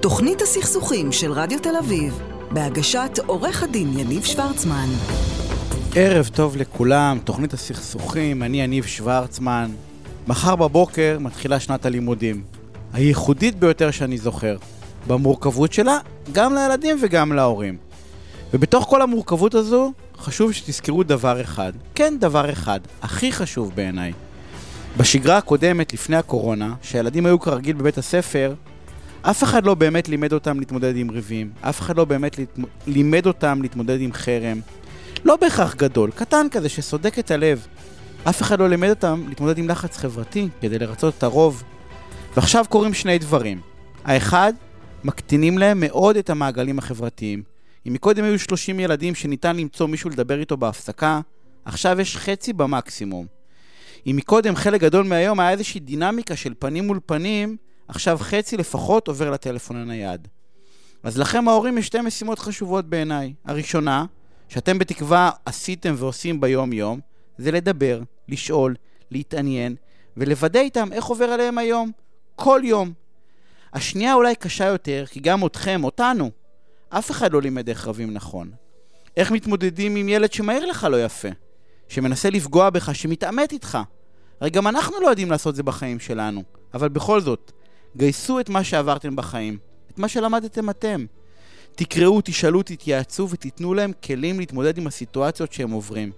תוכנית הסכסוכים של רדיו תל אביב, בהגשת עורך הדין יניב שוורצמן. ערב טוב לכולם, תוכנית הסכסוכים, אני יניב שוורצמן. מחר בבוקר מתחילה שנת הלימודים, הייחודית ביותר שאני זוכר, במורכבות שלה, גם לילדים וגם להורים. ובתוך כל המורכבות הזו, חשוב שתזכרו דבר אחד, כן דבר אחד, הכי חשוב בעיניי. בשגרה הקודמת, לפני הקורונה, שהילדים היו כרגיל בבית הספר, אף אחד לא באמת לימד אותם להתמודד עם ריבים, אף אחד לא באמת לימד אותם להתמודד עם חרם. לא בהכרח גדול, קטן כזה שסודק את הלב. אף אחד לא לימד אותם להתמודד עם לחץ חברתי כדי לרצות את הרוב. ועכשיו קורים שני דברים. האחד, מקטינים להם מאוד את המעגלים החברתיים. אם מקודם היו 30 ילדים שניתן למצוא מישהו לדבר איתו בהפסקה, עכשיו יש חצי במקסימום. אם מקודם חלק גדול מהיום היה איזושהי דינמיקה של פנים מול פנים, עכשיו חצי לפחות עובר לטלפון הנייד. אז לכם ההורים יש שתי משימות חשובות בעיניי. הראשונה, שאתם בתקווה עשיתם ועושים ביום יום, זה לדבר, לשאול, להתעניין, ולוודא איתם איך עובר עליהם היום, כל יום. השנייה אולי קשה יותר, כי גם אתכם, אותנו, אף אחד לא לימד איך רבים נכון. איך מתמודדים עם ילד שמהיר לך לא יפה, שמנסה לפגוע בך, שמתאמת איתך. הרי גם אנחנו לא יודעים לעשות זה בחיים שלנו, אבל בכל זאת, גייסו את מה שעברתם בחיים, את מה שלמדתם אתם. תקראו, תשאלו, תתייעצו ותיתנו להם כלים להתמודד עם הסיטואציות שהם עוברים.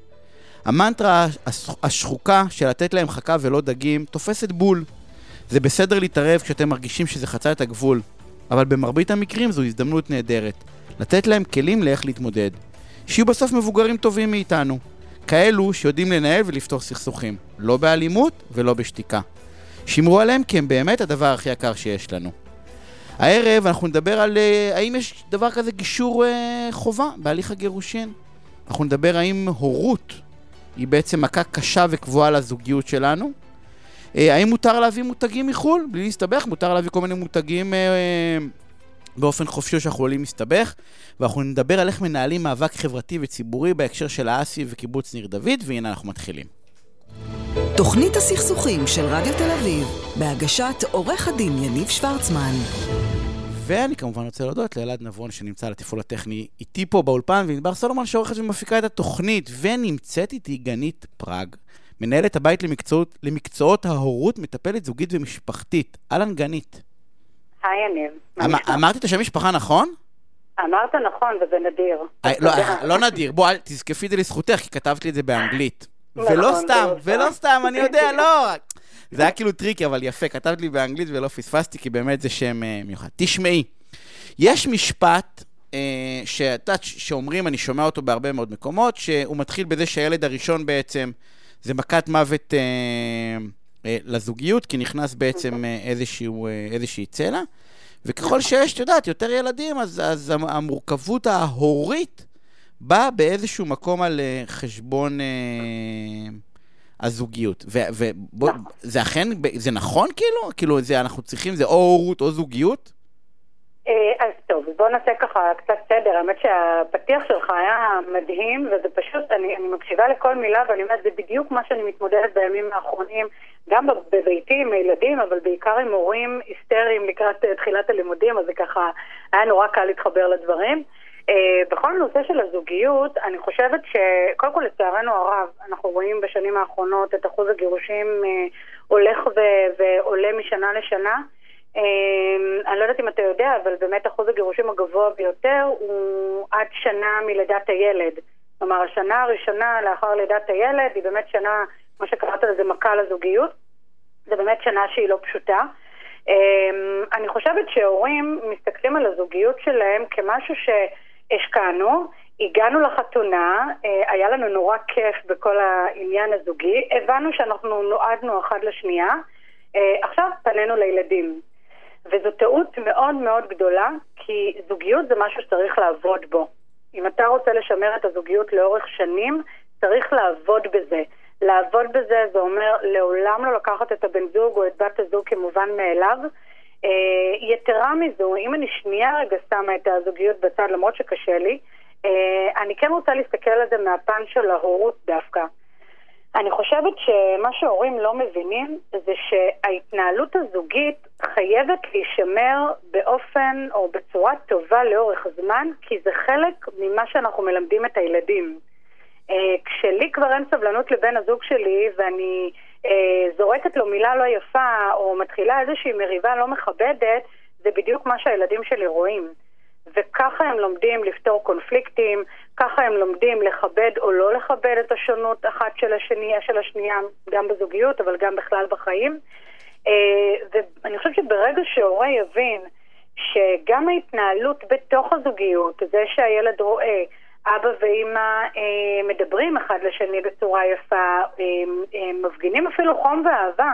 המנטרה השחוקה של לתת להם חכה ולא דגים תופסת בול. זה בסדר להתערב כשאתם מרגישים שזה חצה את הגבול, אבל במרבית המקרים זו הזדמנות נהדרת. לתת להם כלים לאיך להתמודד. שיהיו בסוף מבוגרים טובים מאיתנו. כאלו שיודעים לנהל ולפתור סכסוכים. לא באלימות ולא בשתיקה. שמרו עליהם כי הם באמת הדבר הכי יקר שיש לנו. הערב אנחנו נדבר על האם יש דבר כזה גישור חובה בהליך הגירושין. אנחנו נדבר האם הורות היא בעצם מכה קשה וקבועה לזוגיות שלנו. האם מותר להביא מותגים מחול? בלי להסתבך, מותר להביא כל מיני מותגים באופן חופשי שאנחנו עולים להסתבך. ואנחנו נדבר על איך מנהלים מאבק חברתי וציבורי בהקשר של האסי וקיבוץ ניר דוד, והנה אנחנו מתחילים. תוכנית הסכסוכים של רדיו תל אביב, בהגשת עורך הדין יניב שוורצמן. ואני כמובן רוצה להודות לאלעד נבון שנמצא על התפעול הטכני איתי פה באולפן, וענבר סולומון שעורכת ומפיקה את התוכנית, ונמצאת איתי גנית פראג, מנהלת הבית למקצועות ההורות, מטפלת זוגית ומשפחתית. אהלן גנית. היי יניב. אמרתי את השם משפחה נכון? אמרת נכון, וזה נדיר. לא נדיר, בוא תזקפי את זה לזכותך, כי כתבת לי את זה באנגלית. ולא סתם, אני יודע, לא. זה היה כאילו טריקי, אבל יפה, כתבת לי באנגלית ולא פספסתי, כי באמת זה שם מיוחד. תשמעי, יש משפט שאומרים, אני שומע אותו בהרבה מאוד מקומות, שהוא מתחיל בזה שהילד הראשון בעצם, זה מכת מוות לזוגיות, כי נכנס בעצם איזושהי צלע, וככל שיש, יודעת, יותר ילדים, אז המורכבות ההורית באה באיזשהו מקום על חשבון הזוגיות. זה אכן, זה נכון כאילו? אנחנו צריכים, זה או הורות או זוגיות? אז טוב, בוא נעשה ככה קצת סדר. האמת שהפתיח שלך היה מדהים, וזה פשוט, אני מקשיבה לכל מילה, ואני אומרת, זה בדיוק מה שאני מתמודדת בימים האחרונים, גם בביתי עם הילדים, אבל בעיקר עם הורים היסטריים לקראת תחילת הלימודים, אז זה ככה היה נורא קל להתחבר לדברים. בכל נושא של הזוגיות, אני חושבת שקודם כל לצערנו הרב, אנחנו רואים בשנים האחרונות את אחוז הגירושים הולך ועולה משנה לשנה. אני לא יודעת אם אתה יודע, אבל באמת אחוז הגירושים הגבוה ביותר הוא עד שנה מלידת הילד. כלומר, השנה הראשונה לאחר לידת הילד היא באמת שנה, כמו שקראת לזה, מכה לזוגיות. זה באמת שנה שהיא לא פשוטה. אני חושבת שהורים מסתכלים על הזוגיות שלהם כמשהו שהשקענו, הגענו לחתונה, היה לנו נורא כיף בכל העניין הזוגי, הבנו שאנחנו נועדנו אחד לשנייה, עכשיו פנינו לילדים. וזו טעות מאוד מאוד גדולה, כי זוגיות זה משהו שצריך לעבוד בו. אם אתה רוצה לשמר את הזוגיות לאורך שנים, צריך לעבוד בזה. לעבוד בזה זה אומר לעולם לא לקחת את הבן זוג או את בת הזוג כמובן מאליו. יתרה מזו, אם אני שנייה רגע שמה את הזוגיות בצד, למרות שקשה לי, אני כן רוצה להסתכל על זה מהפן של ההורות דווקא. אני חושבת שמה שהורים לא מבינים זה שההתנהלות הזוגית חייבת להישמר באופן או בצורה טובה לאורך זמן, כי זה חלק ממה שאנחנו מלמדים את הילדים. כשלי כבר אין סבלנות לבן הזוג שלי ואני זורקת לו מילה לא יפה או מתחילה איזושהי מריבה לא מכבדת, זה בדיוק מה שהילדים שלי רואים. וככה הם לומדים לפתור קונפליקטים, ככה הם לומדים לכבד או לא לכבד את השונות אחת של השנייה, גם בזוגיות אבל גם בכלל בחיים. ואני חושבת שברגע שההורה יבין שגם ההתנהלות בתוך הזוגיות, זה שהילד רואה אבא ואמא מדברים אחד לשני בצורה יפה, מפגינים אפילו חום ואהבה,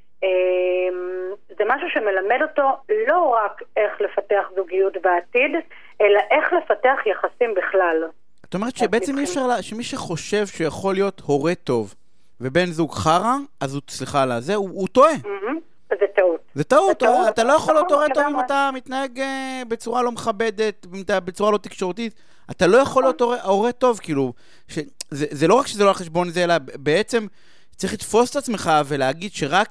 זה משהו שמלמד אותו לא רק איך לפתח זוגיות בעתיד, אלא איך לפתח יחסים בכלל. זאת אומרת שבעצם אי אפשר, שמי שחושב שיכול להיות הורה טוב ובן זוג חרה, אז הוא, סליחה על זה, הוא טועה. זה טעות. זה טעות, אתה לא יכול להיות הורה טוב אם אתה מתנהג בצורה לא מכבדת, בצורה לא תקשורתית, אתה לא יכול להיות הורה טוב, כאילו, זה לא רק שזה לא על חשבון זה, אלא בעצם צריך לתפוס את עצמך ולהגיד שרק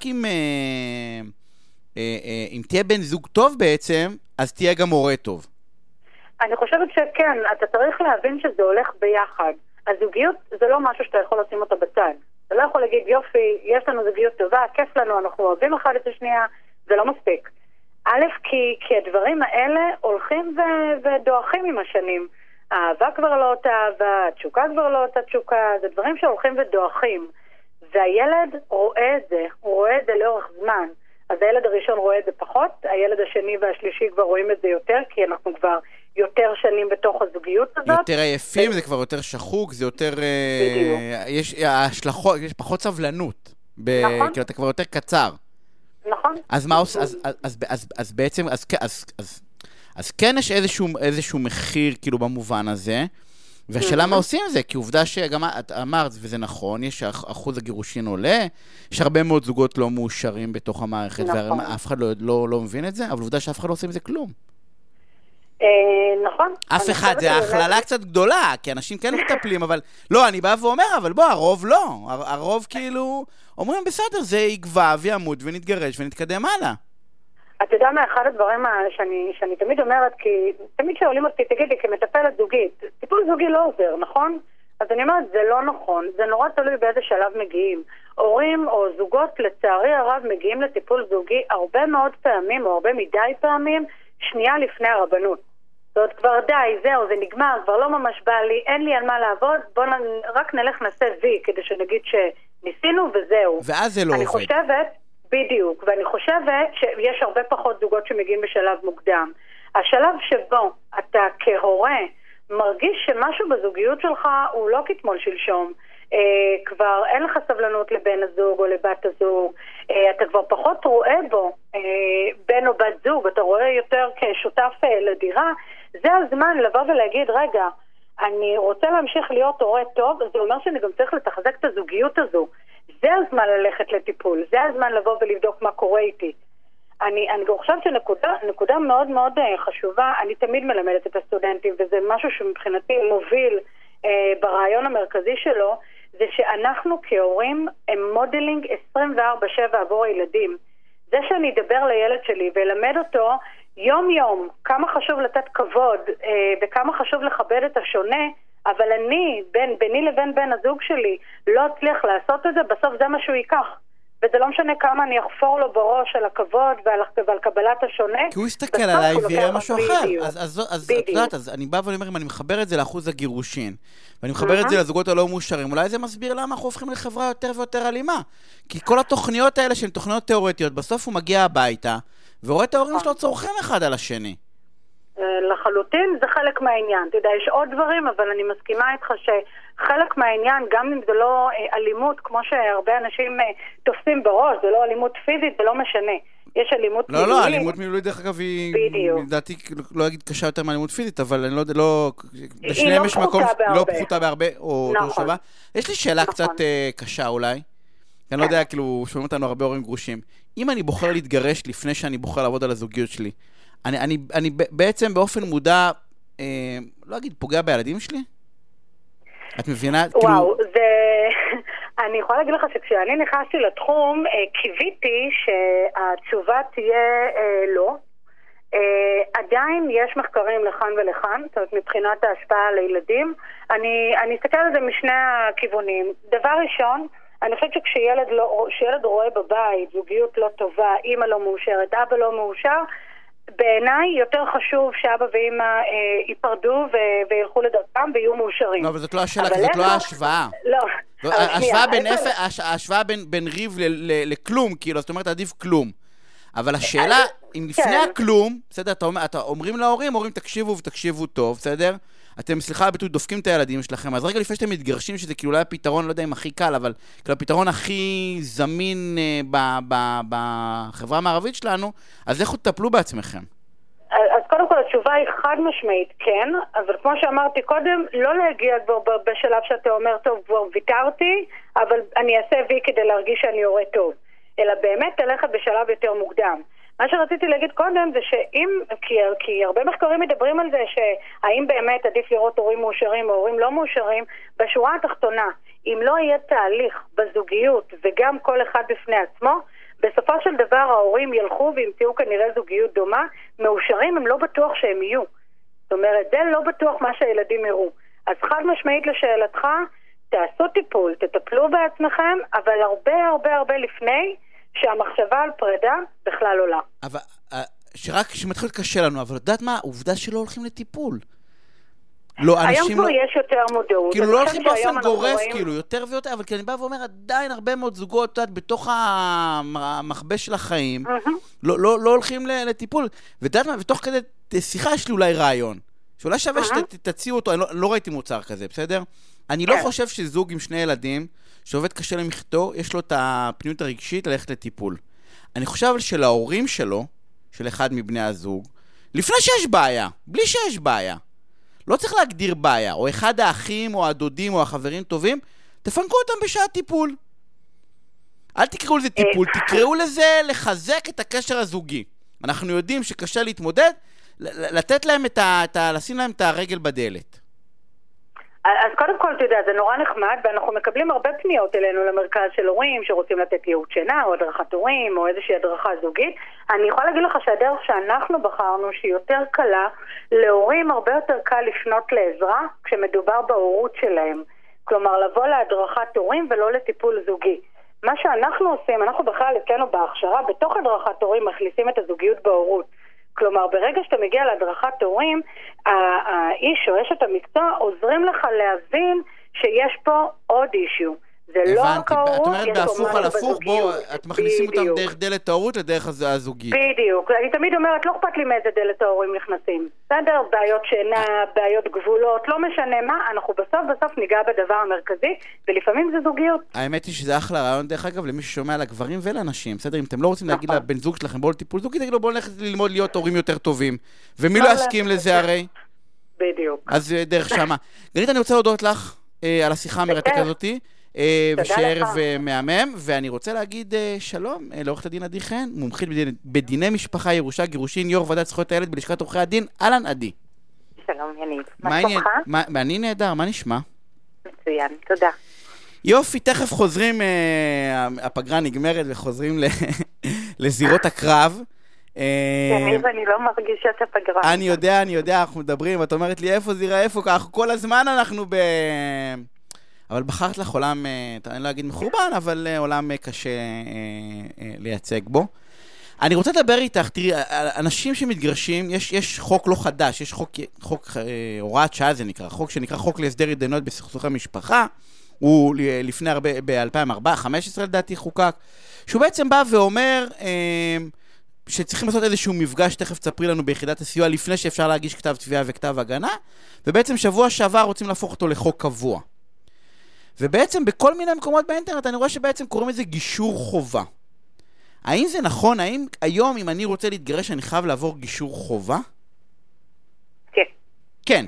אם תהיה בן זוג טוב בעצם, אז תהיה גם הורה טוב. אני חושבת שכן, אתה צריך להבין שזה הולך ביחד. הזוגיות זה לא משהו שאתה יכול לשים אותה בצד. אתה לא יכול להגיד, יופי, יש לנו זוגיות טובה, כיף לנו, אנחנו אוהבים אחד את השנייה, זה לא מספיק. א', כי הדברים האלה הולכים ודועכים עם השנים. האהבה כבר לא אותה אהבה, התשוקה כבר לא אותה תשוקה, זה דברים שהולכים ודועכים. והילד רואה את זה, הוא רואה את זה לאורך זמן. אז הילד הראשון רואה את זה פחות, הילד השני והשלישי כבר רואים את זה יותר, כי אנחנו כבר יותר שנים בתוך הזוגיות הזאת. יותר עייפים, זה כבר יותר שחוק, זה יותר... יש פחות סבלנות. נכון. כאילו אתה כבר יותר קצר. נכון. אז מה עושה? אז בעצם, אז כן יש איזשהו מחיר כאילו במובן הזה, והשאלה מה עושים זה, כי עובדה שגם את אמרת, וזה נכון, יש אחוז הגירושין עולה, יש הרבה מאוד זוגות לא מאושרים בתוך המערכת, ואף אחד לא מבין את זה, אבל עובדה שאף אחד לא עושה עם זה כלום. נכון. אף אחד, זה הכללה קצת גדולה, כי אנשים כן מטפלים, אבל לא, אני בא ואומר, אבל בוא, הרוב לא. הרוב כאילו, אומרים בסדר, זה יגבע ויעמוד ונתגרש ונתקדם הלאה. אתה יודע מה, אחד הדברים שאני תמיד אומרת, כי תמיד שעולים אותי, תגיד לי, כמטפלת זוגית, טיפול זוגי לא עוזר, נכון? אז אני אומרת, זה לא נכון, זה נורא תלוי באיזה שלב מגיעים. הורים או זוגות, לצערי הרב, מגיעים לטיפול זוגי הרבה מאוד פעמים, או הרבה מדי פעמים, שנייה לפני הרבנות. זאת אומרת, כבר די, זהו, זה נגמר, כבר לא ממש בא לי, אין לי על מה לעבוד, בוא רק נלך נעשה וי, כדי שנגיד שניסינו וזהו. ואז זה לא אני עובד. חושבת, בדיוק, ואני חושבת שיש הרבה פחות זוגות שמגיעים בשלב מוקדם. השלב שבו אתה כהורה מרגיש שמשהו בזוגיות שלך הוא לא כתמול שלשום, כבר אין לך סבלנות לבן הזוג או לבת הזוג, אתה כבר פחות רואה בו בן או בת זוג, אתה רואה יותר כשותף לדירה, זה הזמן לבוא ולהגיד, רגע, אני רוצה להמשיך להיות הורה טוב, זה אומר שאני גם צריך לתחזק את הזוגיות הזו. זה הזמן ללכת לטיפול, זה הזמן לבוא ולבדוק מה קורה איתי. אני חושבת שנקודה מאוד מאוד חשובה, אני תמיד מלמדת את הסטודנטים, וזה משהו שמבחינתי מוביל ברעיון המרכזי שלו, זה שאנחנו כהורים הם מודלינג 24/7 עבור הילדים. זה שאני אדבר לילד שלי ולמד אותו יום יום כמה חשוב לתת כבוד וכמה חשוב לכבד את השונה, אבל ביני לבין בן הזוג שלי לא אצליח לעשות את זה, בסוף זה מה שהוא ייקח. וזה לא משנה כמה אני אחפור לו בראש על הכבוד ועל קבלת השונה. כי הוא יסתכל עליי ויראה משהו אחר. אז אני בא ואומר, אם אני מחבר את זה לאחוז הגירושין, ואני מחבר את זה לזוגות הלא מאושרים, אולי זה מסביר למה אנחנו הופכים לחברה יותר ויותר אלימה. כי כל התוכניות האלה שהן תוכניות תיאורטיות, בסוף הוא מגיע הביתה, ורואה את ההורים שלו צורכים אחד על השני. לחלוטין זה חלק מהעניין. אתה יודע, יש עוד דברים, אבל אני מסכימה איתך שחלק מהעניין, גם אם זה לא אלימות, כמו שהרבה אנשים תופסים בראש, זה לא אלימות פיזית, זה לא משנה. יש אלימות מילולית. לא, אלימות מילולית דרך אגב היא, לדעתי, לא אגיד קשה יותר מאלימות פיזית, אבל אני לא, לשניהם יש מקום לא פחותה בהרבה, או אותו שווה. יש לי שאלה קצת קשה אולי, אני לא יודע, כאילו, שומעים אותנו הרבה הורים גרושים. אם אני בוחר להתגרש לפני שאני בוחר לעבוד על הזוגיות שלי, אני בעצם באופן מודע, לא אגיד, פוגע בילדים שלי? את מבינה? וואו, אני יכולה להגיד לך שכשאני נכנסתי לתחום, קיוויתי שהתשובה תהיה לא. עדיין יש מחקרים לכאן ולכאן, זאת אומרת, מבחינת ההשפעה על הילדים. אני אסתכל על זה משני הכיוונים. דבר ראשון, אני חושבת שכשילד רואה בבית זוגיות לא טובה, אמא לא מאושרת, אבא לא מאושר, בעיניי יותר חשוב שאבא ואמא ייפרדו וילכו לדרכם ויהיו מאושרים. לא, אבל זאת לא השאלה, כי זאת לא ההשוואה. לא. ההשוואה בין ריב לכלום, כאילו, זאת אומרת, עדיף כלום. אבל השאלה, אם לפני הכלום, בסדר, אתה אומרים להורים, הורים תקשיבו ותקשיבו טוב, בסדר? אתם, סליחה, ביטוי, דופקים את הילדים שלכם, אז רגע לפני שאתם מתגרשים, שזה כאילו לא הפתרון, לא יודע אם הכי קל, אבל כאילו הפתרון הכי זמין בחברה המערבית שלנו, אז איך תטפלו בעצמכם? אז קודם כל התשובה היא חד משמעית כן, אבל כמו שאמרתי קודם, לא להגיע כבר בשלב שאתה אומר, טוב, כבר ויתרתי, אבל אני אעשה וי כדי להרגיש שאני הורה טוב, אלא באמת תלכת בשלב יותר מוקדם. מה שרציתי להגיד קודם זה שאם, כי הרבה מחקרים מדברים על זה שהאם באמת עדיף לראות הורים מאושרים או הורים לא מאושרים, בשורה התחתונה, אם לא יהיה תהליך בזוגיות וגם כל אחד בפני עצמו, בסופו של דבר ההורים ילכו וימצאו כנראה זוגיות דומה, מאושרים הם לא בטוח שהם יהיו. זאת אומרת, זה לא בטוח מה שהילדים יראו. אז חד משמעית לשאלתך, תעשו טיפול, תטפלו בעצמכם, אבל הרבה הרבה הרבה לפני שהמחשבה על פרידה בכלל עולה. אבל, שרק שמתחיל קשה לנו, אבל יודעת מה? העובדה שלא הולכים לטיפול. לא, היום כבר יש יותר מודעות. כאילו לא הולכים באופן גורף, כאילו, יותר ויותר, אבל כי אני בא ואומר, עדיין הרבה מאוד זוגות, בתוך המחבש של החיים, לא הולכים לטיפול. ודעת מה? ותוך כדי שיחה יש לי אולי רעיון, שאולי שווה שתציעו אותו, אני לא ראיתי מוצר כזה, בסדר? אני לא חושב שזוג עם שני ילדים, שעובד קשה למחתו, יש לו את הפניות הרגשית ללכת לטיפול. אני חושב שלהורים שלו, של אחד מבני הזוג, לפני שיש בעיה, בלי שיש בעיה, לא צריך להגדיר בעיה, או אחד האחים או הדודים או החברים טובים, תפנקו אותם בשעת טיפול. אל תקראו לזה טיפול, תקראו לזה לחזק את הקשר הזוגי. אנחנו יודעים שקשה להתמודד, לתת להם לשים להם את הרגל בדלת. אז קודם כל, אתה יודע, זה נורא נחמד, ואנחנו מקבלים הרבה פניות אלינו למרכז של הורים שרוצים לתת ייעוץ שינה, או הדרכת הורים, או איזושהי הדרכה זוגית. אני יכולה להגיד לך שהדרך שאנחנו בחרנו, שהיא יותר קלה, להורים הרבה יותר קל לפנות לעזרה, כשמדובר בהורות שלהם. כלומר, לבוא להדרכת הורים ולא לטיפול זוגי. מה שאנחנו עושים, אנחנו בכלל אצלנו בהכשרה, בתוך הדרכת הורים מכניסים את הזוגיות בהורות. כלומר, ברגע שאתה מגיע להדרכת הורים, האיש או אשת המקצוע עוזרים לך להבין שיש פה עוד אישיו. זה לא רק ההורות, את אומרת בהפוך על הפוך, בואו, את מכניסים אותם דרך דלת ההורות לדרך הזוגית. בדיוק. אני תמיד אומרת, לא אכפת לי מאיזה דלת ההורים נכנסים. בסדר? בעיות שינה, בעיות גבולות, לא משנה מה, אנחנו בסוף ניגע בדבר המרכזי, ולפעמים זה זוגיות. האמת היא שזה אחלה רעיון, דרך אגב, למי ששומע לגברים ולנשים. בסדר? אם אתם לא רוצים להגיד לבן זוג שלכם, בואו לטיפול זוגי, תגידו, בואו נלך ללמוד להיות הורים יותר טובים. ומי לא יסכים לזה הרי? בדיוק. אז דרך שמה. גלית, אני רוצה להודות לך על השיחה המרתקת הזאת. ושערב מהמם, ואני רוצה להגיד שלום לעורכת הדין עדי חן, מומחית בדיני משפחה, ירושה, גירושין, יו"ר ועדת זכויות הילד בלשכת עורכי הדין. אהלן עדי. שלום יניב, מה שלומך? אני נהדר, מה נשמע? מצוין, תודה. יופי, תכף חוזרים, הפגרה נגמרת וחוזרים לזירות הקרב. יניב, אני לא מרגישה את הפגרה. אני יודע, אנחנו מדברים, ואת אומרת לי איפה זירה, איפה, כל הזמן אנחנו אבל בחרת לך עולם, אני לא אגיד מחורבן, אבל עולם קשה לייצג בו. אני רוצה לדבר איתך, תראי, אנשים שמתגרשים, יש חוק לא חדש, יש חוק הוראת שעה זה נקרא, חוק שנקרא חוק להסדר התדיינויות בסכסוכי משפחה, הוא לפני הרבה, ב-2015 לדעתי חוקק, שהוא בעצם בא ואומר שצריכים לעשות איזשהו מפגש, תכף תספרי לנו ביחידת הסיוע, לפני שאפשר להגיש כתב תביעה וכתב הגנה, ובעצם שבוע שעבר רוצים להפוך אותו לחוק קבוע. ובעצם בכל מיני מקומות באינטרנט אני רואה שבעצם קוראים לזה גישור חובה. האם זה נכון? האם היום אם אני רוצה להתגרש אני חייב לעבור גישור חובה? כן. כן.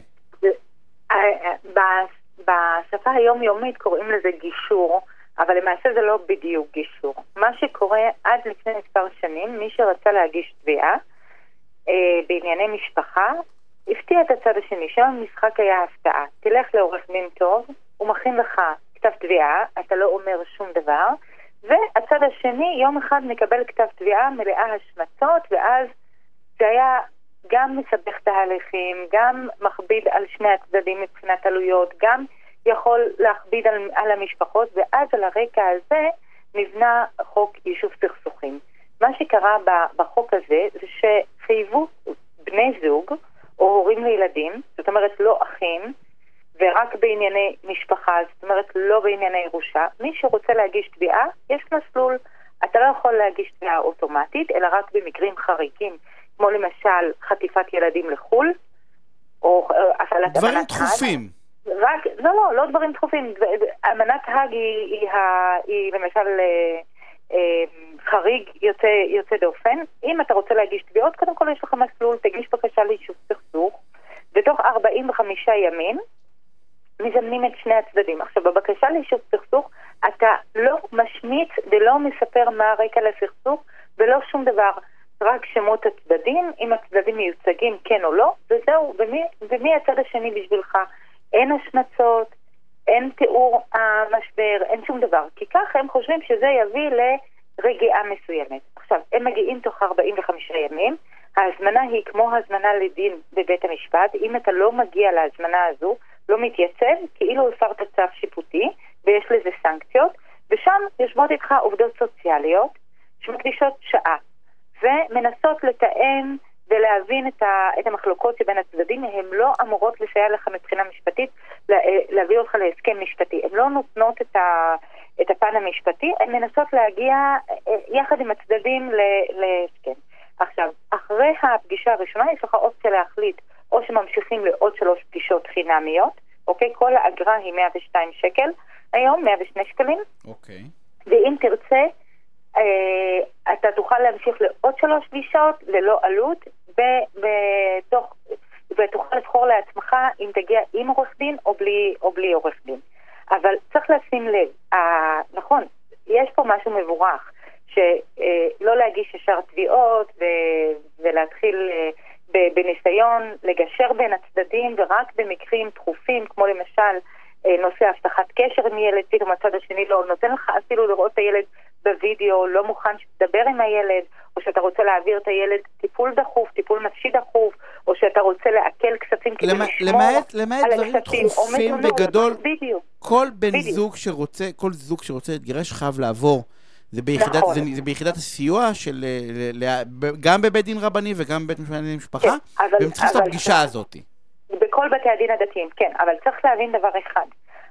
בשפה היומיומית קוראים לזה גישור, אבל למעשה זה לא בדיוק גישור. מה שקורה עד לפני מספר שנים, מי שרצה להגיש תביעה בענייני משפחה, הפתיע את הצד השני, שם המשחק היה הפתעה. תלך לעורך דין טוב, הוא מכין לך כתב כתב תביעה, אתה לא אומר שום דבר, והצד השני יום אחד מקבל כתב תביעה מלאה השמצות, ואז זה היה גם מסבך תהליכים, גם מכביד על שני הצדדים מבחינת עלויות, גם יכול להכביד על המשפחות, ואז על הרקע הזה נבנה חוק יישוב סכסוכים. מה שקרה בחוק הזה זה שחייבו בני זוג או הורים לילדים, זאת אומרת לא אחים, ורק בענייני משפחה, זאת אומרת לא בענייני ירושה. מי שרוצה להגיש תביעה, יש מסלול. אתה לא יכול להגיש תביעה אוטומטית, אלא רק במקרים חריגים, כמו למשל חטיפת ילדים לחול, או הפעלת דברים דחופים. לא דברים דחופים. אמנת האג היא למשל חריג יוצא דופן. אם אתה רוצה להגיש תביעות, קודם כל יש לך מסלול, תגיש בקשה ליישוב סכסוך, ותוך 45 ימים מזמנים את שני הצדדים. עכשיו, בבקשה ליישוב סכסוך, אתה לא משמיץ ולא מספר מה הרקע לסכסוך, ולא שום דבר, רק שמות הצדדים, אם הצדדים מיוצגים כן או לא, וזהו, ומי הצד השני בשבילך? אין השמצות, אין תיאור המשבר, אין שום דבר, כי ככה הם חושבים שזה יביא לרגיעה מסוימת. עכשיו, הם מגיעים תוך 45 ימים, ההזמנה היא כמו הזמנה לדין בבית המשפט. אם אתה לא מגיע להזמנה הזו, לא מתייצב, כאילו הפרת צו שיפוטי, ויש לזה סנקציות, ושם יושבות איתך עובדות סוציאליות שמקדישות שעה, ומנסות לתאם ולהבין את המחלוקות שבין הצדדים. הן לא אמורות לסייע לך מבחינה משפטית, להביא אותך להסכם משפטי. הן לא נותנות את הפן המשפטי, הן מנסות להגיע יחד עם הצדדים להסכם. עכשיו, אחרי הפגישה הראשונה יש לך אופציה להחליט, או שממשיכים לעוד 3 פגישות חינמיות, אוקיי? כל האגרה היא 102 שקל, היום 102 שקלים. אוקיי. ואם תרצה, אתה תוכל להמשיך לעוד 3 פגישות ללא עלות, ותוכל לבחור לעצמך אם תגיע עם עורך דין או בלי עורך דין. אבל צריך לשים לב, נכון, יש פה משהו מבורך, שלא להגיש ישר תביעות ולהתחיל בניסיון לגשר בין הצדדים, ורק במקרים דחופים, כמו למשל נושא הבטחת קשר עם ילד, פתאום הצד השני לא נותן לך אפילו לראות את הילד בווידאו, לא מוכן שתדבר עם הילד, או שאתה רוצה להעביר את הילד טיפול דחוף, טיפול נפשי דחוף, או שאתה רוצה לעכל כספים כדי לשמור למעט דברים דחופים בגדול, כל בן זוג שרוצה, כל זוג שרוצה להתגרש חייב לעבור. זה ביחידת הסיוע של גם בבית דין רבני וגם בבית משפחה, והם צריכים לעשות הפגישה הזאת. בכל בתי הדין הדתיים, כן, אבל צריך להבין דבר אחד.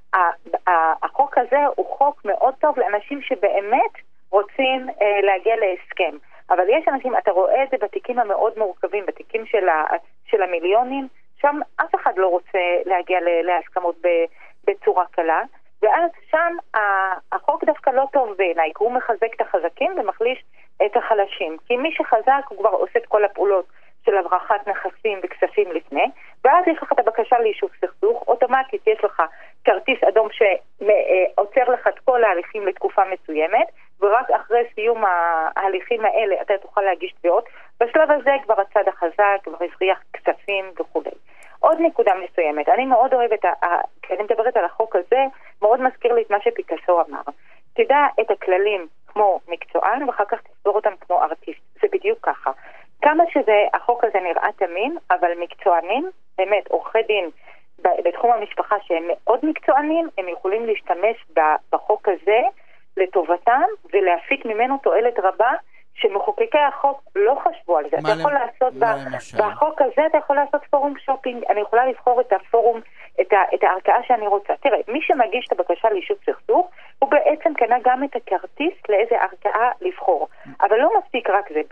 החוק הזה הוא חוק מאוד טוב לאנשים שבאמת רוצים להגיע להסכם. אבל יש אנשים, אתה רואה את זה בתיקים המאוד מורכבים, בתיקים של המיליונים, שם אף אחד לא רוצה להגיע להסכמות בצורה קלה, ואז שם החוק דווקא לא טוב בעיניי, הוא מחזק את החזקים ומחליש את החלשים. כי מי שחזק הוא כבר עושה את כל הפעולות של הברחת נכסים וכספים לפני, ואז יש לך את הבקשה ליישוב סכסוך, אוטומטית יש לך כרטיס אדום שעוצר לך את כל ההליכים לתקופה מסוימת, ורק אחרי סיום ההליכים האלה אתה תוכל להגיש תביעות. בשלב הזה כבר הצד החזק, כבר הפריח כספים וכו'. עוד נקודה מסוימת, אני מאוד אוהבת, כשאני מדברת על החוק הזה, מאוד מזכיר לי את מה שפיקאסו אמר. תדע את הכללים כמו מקצוען, ואחר כך תסבור אותם כמו ארטיסט. זה בדיוק ככה. כמה החוק הזה נראה תמין, אבל מקצוענים, באמת, עורכי דין בתחום המשפחה שהם מאוד מקצוענים, הם יכולים להשתמש בחוק הזה לטובתם, ולהפיק ממנו תועלת רבה, שמחוקקי החוק לא חשבו על זה. אתה יכול לעשות בחוק הזה, אתה יכול לעשות פורום שופינג, אני יכולה לבחור את הפורום, את הערכאה שאני רוצה. תראה, מי שמגיש את הבקשה ליישוב סכסוך, הוא בעצם קנה גם את הכרטיס לאיזה ערכאה לבחור. אבל לא מספיק רק זה.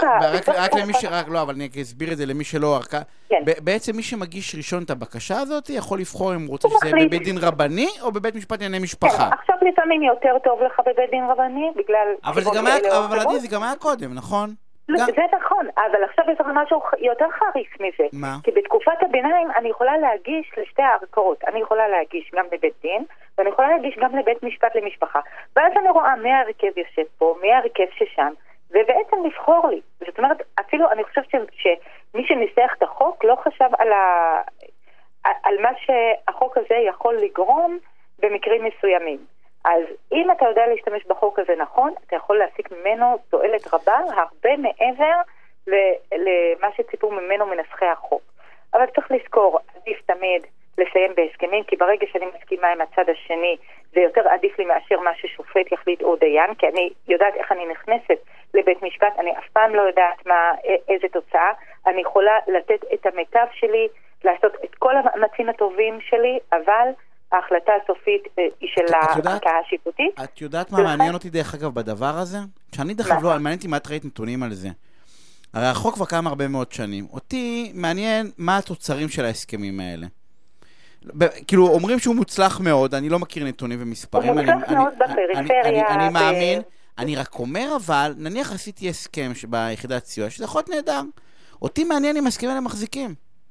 רק למי שרק לא, אבל אני אסביר את זה למי שלא ערכאה. בעצם מי שמגיש ראשון את הבקשה הזאת, יכול לבחור אם הוא רוצה שזה בבית דין רבני, או בבית משפט לענייני משפחה. עכשיו לפעמים יותר טוב לך בבית דין רבני, בגלל... אבל זה גם היה קודם, נכון? זה נכון, אבל עכשיו יש לך משהו יותר חריף מזה. מה? כי בתקופת הביניים אני יכולה להגיש לשתי הערכאות. אני יכולה להגיש גם לבית דין, ואני יכולה להגיש גם לבית משפט למשפחה. ואז אני רואה מי ההרכב יושב פה, מי ההרכב ששם, ובעצם לבחור לי. זאת אומרת, אפילו אני חושבת שמי שניסח את החוק לא חשב על מה שהחוק הזה יכול לגרום במקרים מסוימים. אז אם אתה יודע להשתמש בחוק הזה נכון, אתה יכול להסיק ממנו תועלת רבה, הרבה מעבר למה שציפו ממנו מנסחי החוק. אבל צריך לזכור, עדיף תמיד לסיים בהסכמים, כי ברגע שאני מסכימה עם הצד השני, זה יותר עדיף לי מאשר מה ששופט יחליט או דיין, כי אני יודעת איך אני נכנסת לבית משפט, אני אף פעם לא יודעת איזה תוצאה, אני יכולה לתת את המיטב שלי, לעשות את כל המאמצים הטובים שלי, אבל ההחלטה הסופית היא של הערכאה השיפוטית. את יודעת מה מעניין אותי דרך אגב בדבר הזה? שאני דרך אגב לא, מעניין אותי מה את ראית נתונים על זה. הרי החוק כבר קיים הרבה מאוד שנים. אותי מעניין מה התוצרים של ההסכמים האלה. כאילו, אומרים שהוא מוצלח מאוד, אני לא מכיר נתונים ומספרים. הוא מוצלח מאוד בפריפריה. אני מאמין, אני רק אומר אבל, נניח עשיתי הסכם ביחידת סיוע, שזה יכול להיות נהדר. אותי מעניין אם ההסכמים האלה מחזיקים.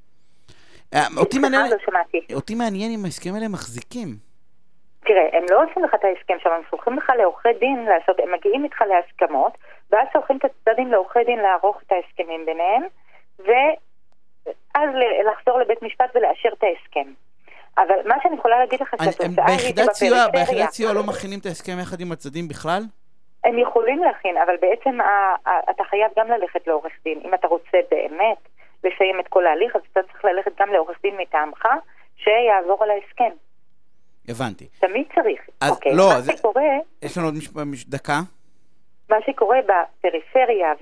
אותי מעניין אם ההסכמים האלה מחזיקים. תראה, הם לא עושים לך את ההסכם שם, הם שולחים לך לעורכי דין לעשות, הם מגיעים איתך להסכמות, ואז שולחים את הצדדים לעורכי דין לערוך את ההסכמים ביניהם, ואז לחזור לבית משפט ולאשר את ההסכם. אבל מה שאני יכולה להגיד לך ביחידת סיוע לא מכינים את ההסכם יחד עם הצדדים בכלל? הם יכולים להכין, אבל בעצם אתה חייב גם ללכת לעורך דין. אם אתה רוצה באמת לסיים את כל ההליך, אז אתה צריך ללכת גם לעורך דין מטעמך, שיעבור על ההסכם. הבנתי. תמיד צריך. אז לא, יש לנו עוד דקה. מה שקורה בפריפריה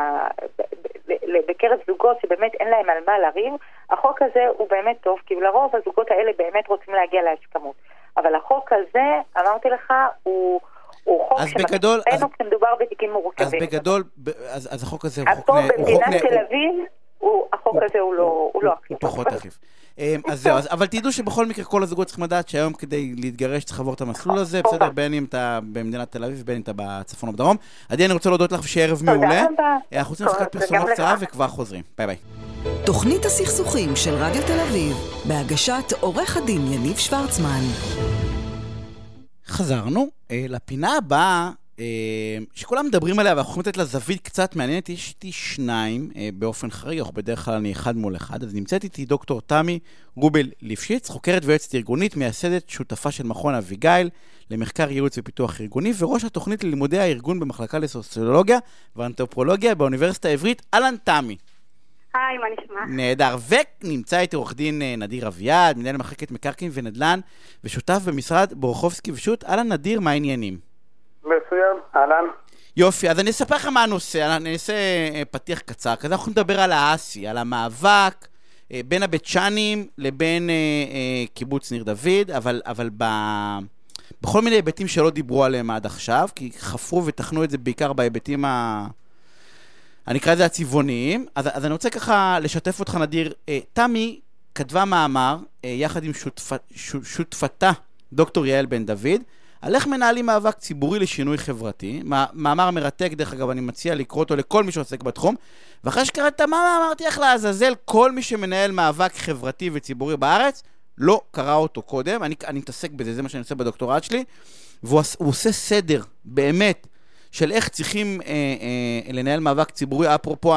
ובקרב זוגות שבאמת אין להם על מה לריב, החוק הזה הוא באמת טוב, כי לרוב הזוגות האלה באמת רוצים להגיע להסכמות. אבל החוק הזה, אמרתי לך, הוא חוק שמדבר כשמדובר בתיקים מורכבים. אז בגדול, אז החוק הזה הוא חוק... פה במדינת תל אביב, החוק הזה הוא לא הכי טוב. הוא פחות אכיף. אז זהו, אבל תדעו שבכל מקרה כל הזוגות צריכים לדעת שהיום כדי להתגרש צריך לעבור את המסלול הזה, בסדר, בין אם אתה במדינת תל אביב, בין אם אתה בצפון או בדרום. עדי, אני רוצה להודות לך שערב מעולה. אנחנו רוצים להפסקת פרסומות קצרה וכבר חוזרים. ביי ביי. תוכנית הסכסוכים של רדיו תל אביב, בהגשת עורך הדין יניב שוורצמן. חזרנו לפינה הבאה, שכולם מדברים עליה ואנחנו יכולים לתת לה זווית קצת מעניינת. יש איתי שניים באופן חריג, אך בדרך כלל אני אחד מול אחד. אז נמצאת איתי דוקטור תמי רובל-ליפשיץ, חוקרת ויועצת ארגונית, מייסדת שותפה של מכון אביגיל למחקר ייעוץ ופיתוח ארגוני, וראש התוכנית ללימודי הארגון במחלקה לסוציולוגיה ואנתרופולוגיה באוניברסיטה העברית. אהלן תמי. היי, מה נשמע? נהדר. ונמצא איתי עורך דין נדיר אביעד, מנהל מחלקת מקרקעין ונדל"ן, ושותף במשרד בורחובסקי ושות'. אהלן נדיר, מה העניינים? מצוין, אהלן. יופי, אז אני אספר לכם מה הנושא, אני אעשה פתיח קצר, כזה אנחנו נדבר על האסי, על המאבק בין הבית צ'נים לבין קיבוץ ניר דוד, אבל בכל מיני היבטים שלא דיברו עליהם עד עכשיו, כי חפרו ותכנו את זה בעיקר בהיבטים אני אקרא את זה הצבעוניים. אז אני רוצה ככה לשתף אותך נדיר. תמי כתבה מאמר יחד עם שותפתה דוקטור יעל בן דוד, על איך מנהלים מאבק ציבורי לשינוי חברתי. מאמר מרתק, דרך אגב, אני מציע לקרוא אותו לכל מי שעוסק בתחום. ואחרי שקראת את המאמר, אמרתי איך לעזאזל, כל מי שמנהל מאבק חברתי וציבורי בארץ, לא קרא אותו קודם. אני מתעסק בזה, זה מה שאני עושה בדוקטורט שלי. והוא עושה סדר, באמת, של איך צריכים לנהל מאבק ציבורי, אפרופו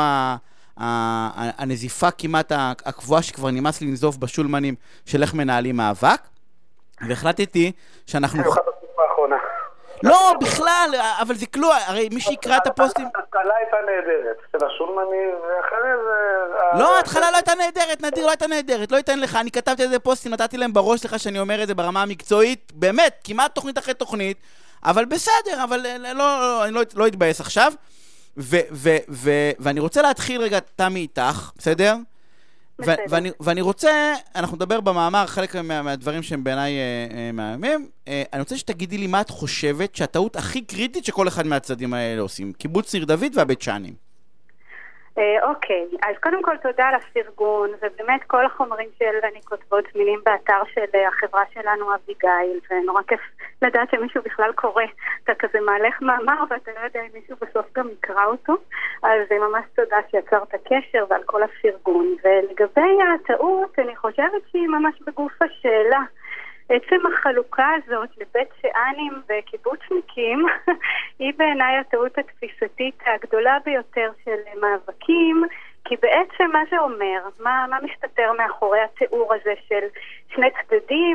הנזיפה כמעט הקבועה שכבר נמאס לי לנזוף בשולמנים של איך מנהלים מאבק. והחלטתי שאנחנו... לא, בכלל, אבל זה כלום, הרי מי שיקרא את הפוסטים... ההתחלה הייתה נהדרת, של השולמנים, ואחרי זה... לא, ההתחלה לא הייתה נהדרת, נדיר לא הייתה נהדרת, לא ייתן לך, אני כתבתי איזה פוסטים, נתתי להם בראש לך שאני אומר את זה ברמה המקצועית, באמת, כמעט תוכנית אחרי תוכנית, אבל בסדר, אבל אני לא אתבאס עכשיו, ואני רוצה להתחיל רגע, תמי איתך, בסדר? ואני רוצה, אנחנו נדבר במאמר חלק מהדברים שהם בעיניי מהימים, אני רוצה שתגידי לי מה את חושבת שהטעות הכי קריטית שכל אחד מהצדדים האלה עושים, קיבוץ ניר דוד והבית צ'נים. אוקיי, אז קודם כל תודה על הפרגון, ובאמת כל החומרים שאני כותבות זמינים באתר של החברה שלנו אביגיל, ונורא כיף לדעת שמישהו בכלל קורא, אתה כזה מהלך מאמר ואתה לא יודע אם מישהו בסוף גם יקרא אותו, אז ממש תודה שיצרת קשר ועל כל הפרגון. ולגבי הטעות, אני חושבת שהיא ממש בגוף השאלה. עצם החלוקה הזאת לבית שאנים וקיבוצניקים היא בעיניי הטעות התפיסתית הגדולה ביותר של מאבקים, כי בעצם מה זה אומר? מה מסתתר מאחורי התיאור הזה של שני צדדים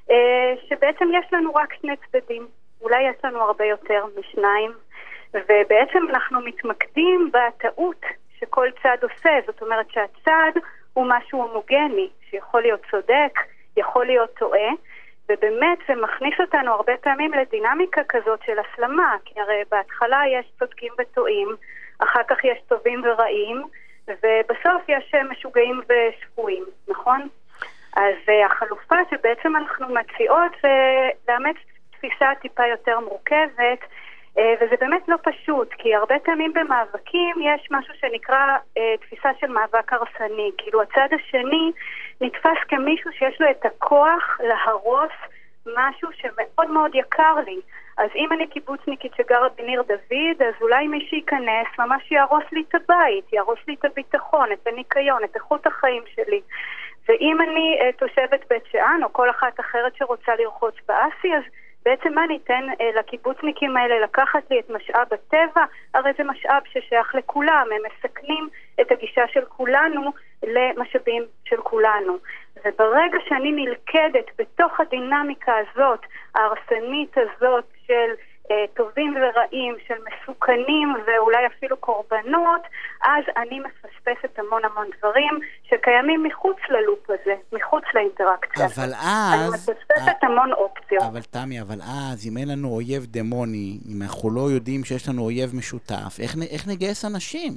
שבעצם יש לנו רק שני צדדים, אולי יש לנו הרבה יותר משניים, ובעצם אנחנו מתמקדים בטעות שכל צד עושה. זאת אומרת שהצד הוא משהו הומוגני, שיכול להיות צודק, יכול להיות טועה, ובאמת זה מכניס אותנו הרבה פעמים לדינמיקה כזאת של הסלמה, כי הרי בהתחלה יש צודקים וטועים, אחר כך יש טובים ורעים, ובסוף יש משוגעים ושפויים, נכון? אז החלופה שבעצם אנחנו מציעות זה לאמץ תפיסה טיפה יותר מורכבת, וזה באמת לא פשוט, כי הרבה פעמים במאבקים יש משהו שנקרא תפיסה של מאבק הרסני. כאילו הצד השני נתפס כמישהו שיש לו את הכוח להרוס משהו שמאוד מאוד יקר לי. אז אם אני קיבוצניקית שגרה בניר דוד, אז אולי מי שייכנס ממש יהרוס לי את הבית, יהרוס לי את הביטחון, את הניקיון, את איכות החיים שלי. ואם אני תושבת בית שאן או כל אחת אחרת שרוצה לרחוץ באסי, אז בעצם מה ניתן לקיבוצניקים האלה לקחת לי את משאב הטבע? הרי זה משאב ששייך לכולם, הם מסכנים את הגישה של כולנו למשאבים של כולנו. וברגע שאני נלכדת בתוך הדינמיקה הזאת, ההרסנית הזאת של טובים ורעים, של מסוכנים ואולי אפילו קורבנות, אז אני מפספסת המון דברים שקיימים מחוץ ללופ הזה, מחוץ לאינטראקציה. אבל אז... אני מפספסת המון אופציות. אבל תמי, אבל אז, אם אין לנו אויב דמוני, אם אנחנו לא יודעים שיש לנו אויב משותף, איך נגייס אנשים?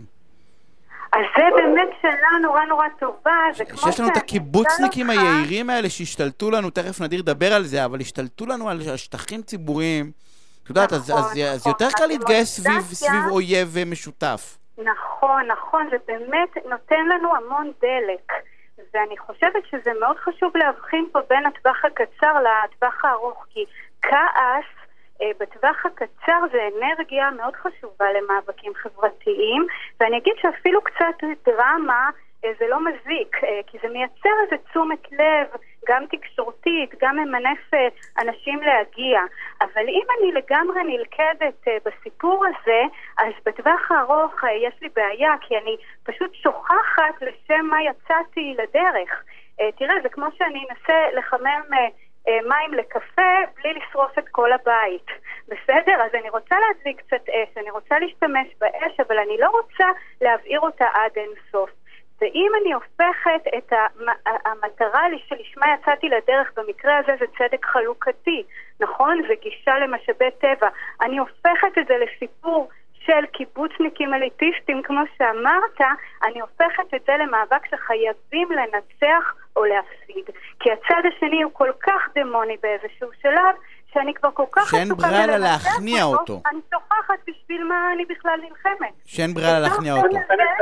אז זה באמת שאלה נורא טובה. שיש לנו את הקיבוצניקים היעירים האלה שהשתלטו לנו, תכף נדיר לדבר על זה, אבל השתלטו לנו על שטחים ציבוריים. את יודעת, אז יותר קל להתגייס סביב אויב משותף. נכון, זה באמת נותן לנו המון דלק. ואני חושבת שזה מאוד חשוב להבחין פה בין הטווח הקצר לטווח הארוך, כי כעס בטווח הקצר זה אנרגיה מאוד חשובה למאבקים חברתיים, ואני אגיד שאפילו קצת דרמה זה לא מזיק, כי זה מייצר איזה תשומת לב, גם תקשורתית, גם ממנף אנשים להגיע. אבל אם אני לגמרי נלכדת בסיפור הזה, אז בטווח הארוך יש לי בעיה, כי אני פשוט שוכחת לשם מה יצאתי לדרך. תראה, זה כמו שאני אנסה לחמם מים לקפה בלי לשרוף את כל הבית. בסדר? אז אני רוצה להדליק קצת אש, אני רוצה להשתמש באש, אבל אני לא רוצה להבעיר אותה עד אין סוף. ואם אני הופכת את המטרה שלשמה יצאתי לדרך, במקרה הזה זה צדק חלוקתי, נכון? זה גישה למשאבי טבע. אני הופכת את זה לסיפור של קיבוצניקים אליטיסטים, כמו שאמרת, אני הופכת את זה למאבק שחייבים לנצח או להפסיד. כי הצד השני הוא כל כך דמוני באיזשהו שלב, שאני כבר כל כך שאין ברירה לה להכניע אותו. אני שוכחת בשביל מה אני בכלל נלחמת. שאין ברירה לה להכניע אותו.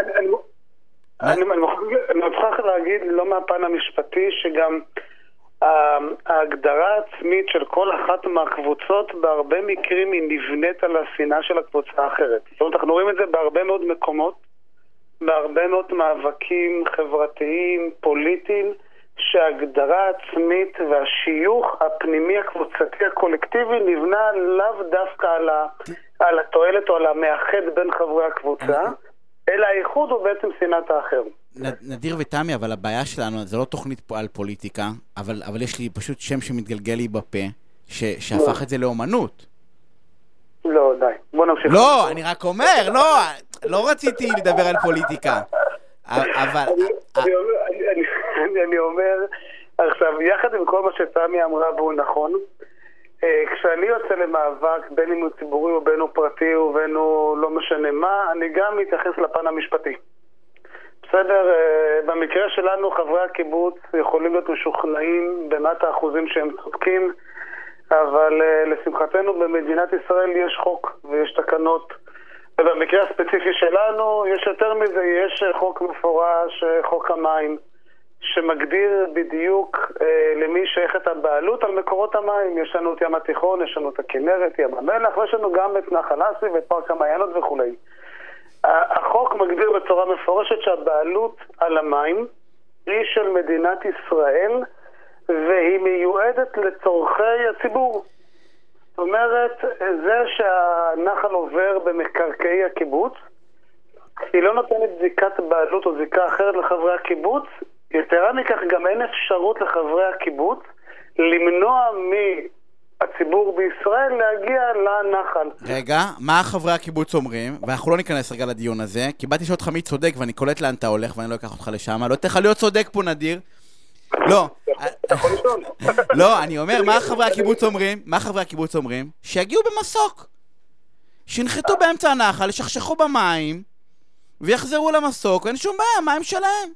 אני מוכרח להגיד, לא מהפן המשפטי, שגם ההגדרה העצמית של כל אחת מהקבוצות בהרבה מקרים היא נבנית על השנאה של הקבוצה האחרת. זאת אומרת, אנחנו רואים את זה בהרבה מאוד מקומות, בהרבה מאוד מאבקים חברתיים, פוליטיים, שההגדרה העצמית והשיוך הפנימי הקבוצתי הקולקטיבי נבנה לאו דווקא על התועלת או על המאחד בין חברי הקבוצה, אלא האיחוד הוא בעצם שנאת האחר. נדיר ותמי, אבל הבעיה שלנו, זה לא תוכנית על פוליטיקה, אבל יש לי פשוט שם שמתגלגל לי בפה, שהפך את זה לאומנות. לא, די. בוא נמשיך. לא, אני רק אומר, לא רציתי לדבר על פוליטיקה. אבל... אני אומר, עכשיו, יחד עם כל מה שתמי אמרה והוא נכון, כשאני יוצא למאבק, בין אם הוא ציבורי או בין הוא פרטי או בין הוא לא משנה מה, אני גם מתייחס לפן המשפטי. בסדר, במקרה שלנו חברי הקיבוץ יכולים להיות משוכנעים במאת האחוזים שהם צודקים, אבל לשמחתנו במדינת ישראל יש חוק ויש תקנות, ובמקרה הספציפי שלנו יש יותר מזה, יש חוק מפורש, חוק המים, שמגדיר בדיוק למי שייכת הבעלות על מקורות המים. יש לנו את ים התיכון, יש לנו את הכנרת, ים המלח, ויש לנו גם את נחל אסי ואת פארק המעיינות וכו'. החוק מגדיר בצורה מפורשת שהבעלות על המים היא של מדינת ישראל, והיא מיועדת לצורכי הציבור. זאת אומרת, זה שהנחל עובר במקרקעי הקיבוץ, היא לא נותנת זיקת בעלות או זיקה אחרת לחברי הקיבוץ. יתרה מכך, גם אין אפשרות לחברי הקיבוץ למנוע מהציבור בישראל להגיע לנחל. רגע, מה חברי הקיבוץ אומרים? ואנחנו לא ניכנס רגע לדיון הזה, כי באתי לשאול אותך מי צודק ואני קולט לאן אתה הולך ואני לא אקח אותך לשם, לא תלך להיות צודק פה נדיר. לא. לא, אני אומר, מה חברי הקיבוץ אומרים? מה חברי הקיבוץ אומרים? שיגיעו במסוק. שינחתו באמצע הנחל, ישכשכו במים, ויחזרו למסוק, אין שום בעיה, מים שלהם.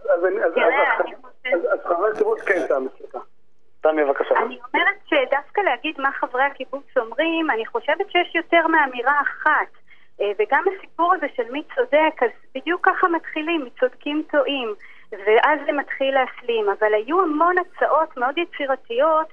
אז חברי הקיבוץ כן, תמי, בבקשה. אני אומרת שדווקא להגיד מה חברי הקיבוץ אומרים, אני חושבת שיש יותר מאמירה אחת. וגם הסיפור הזה של מי צודק, אז בדיוק ככה מתחילים, מצודקים טועים. ואז זה מתחיל להסלים, אבל היו המון הצעות מאוד יצירתיות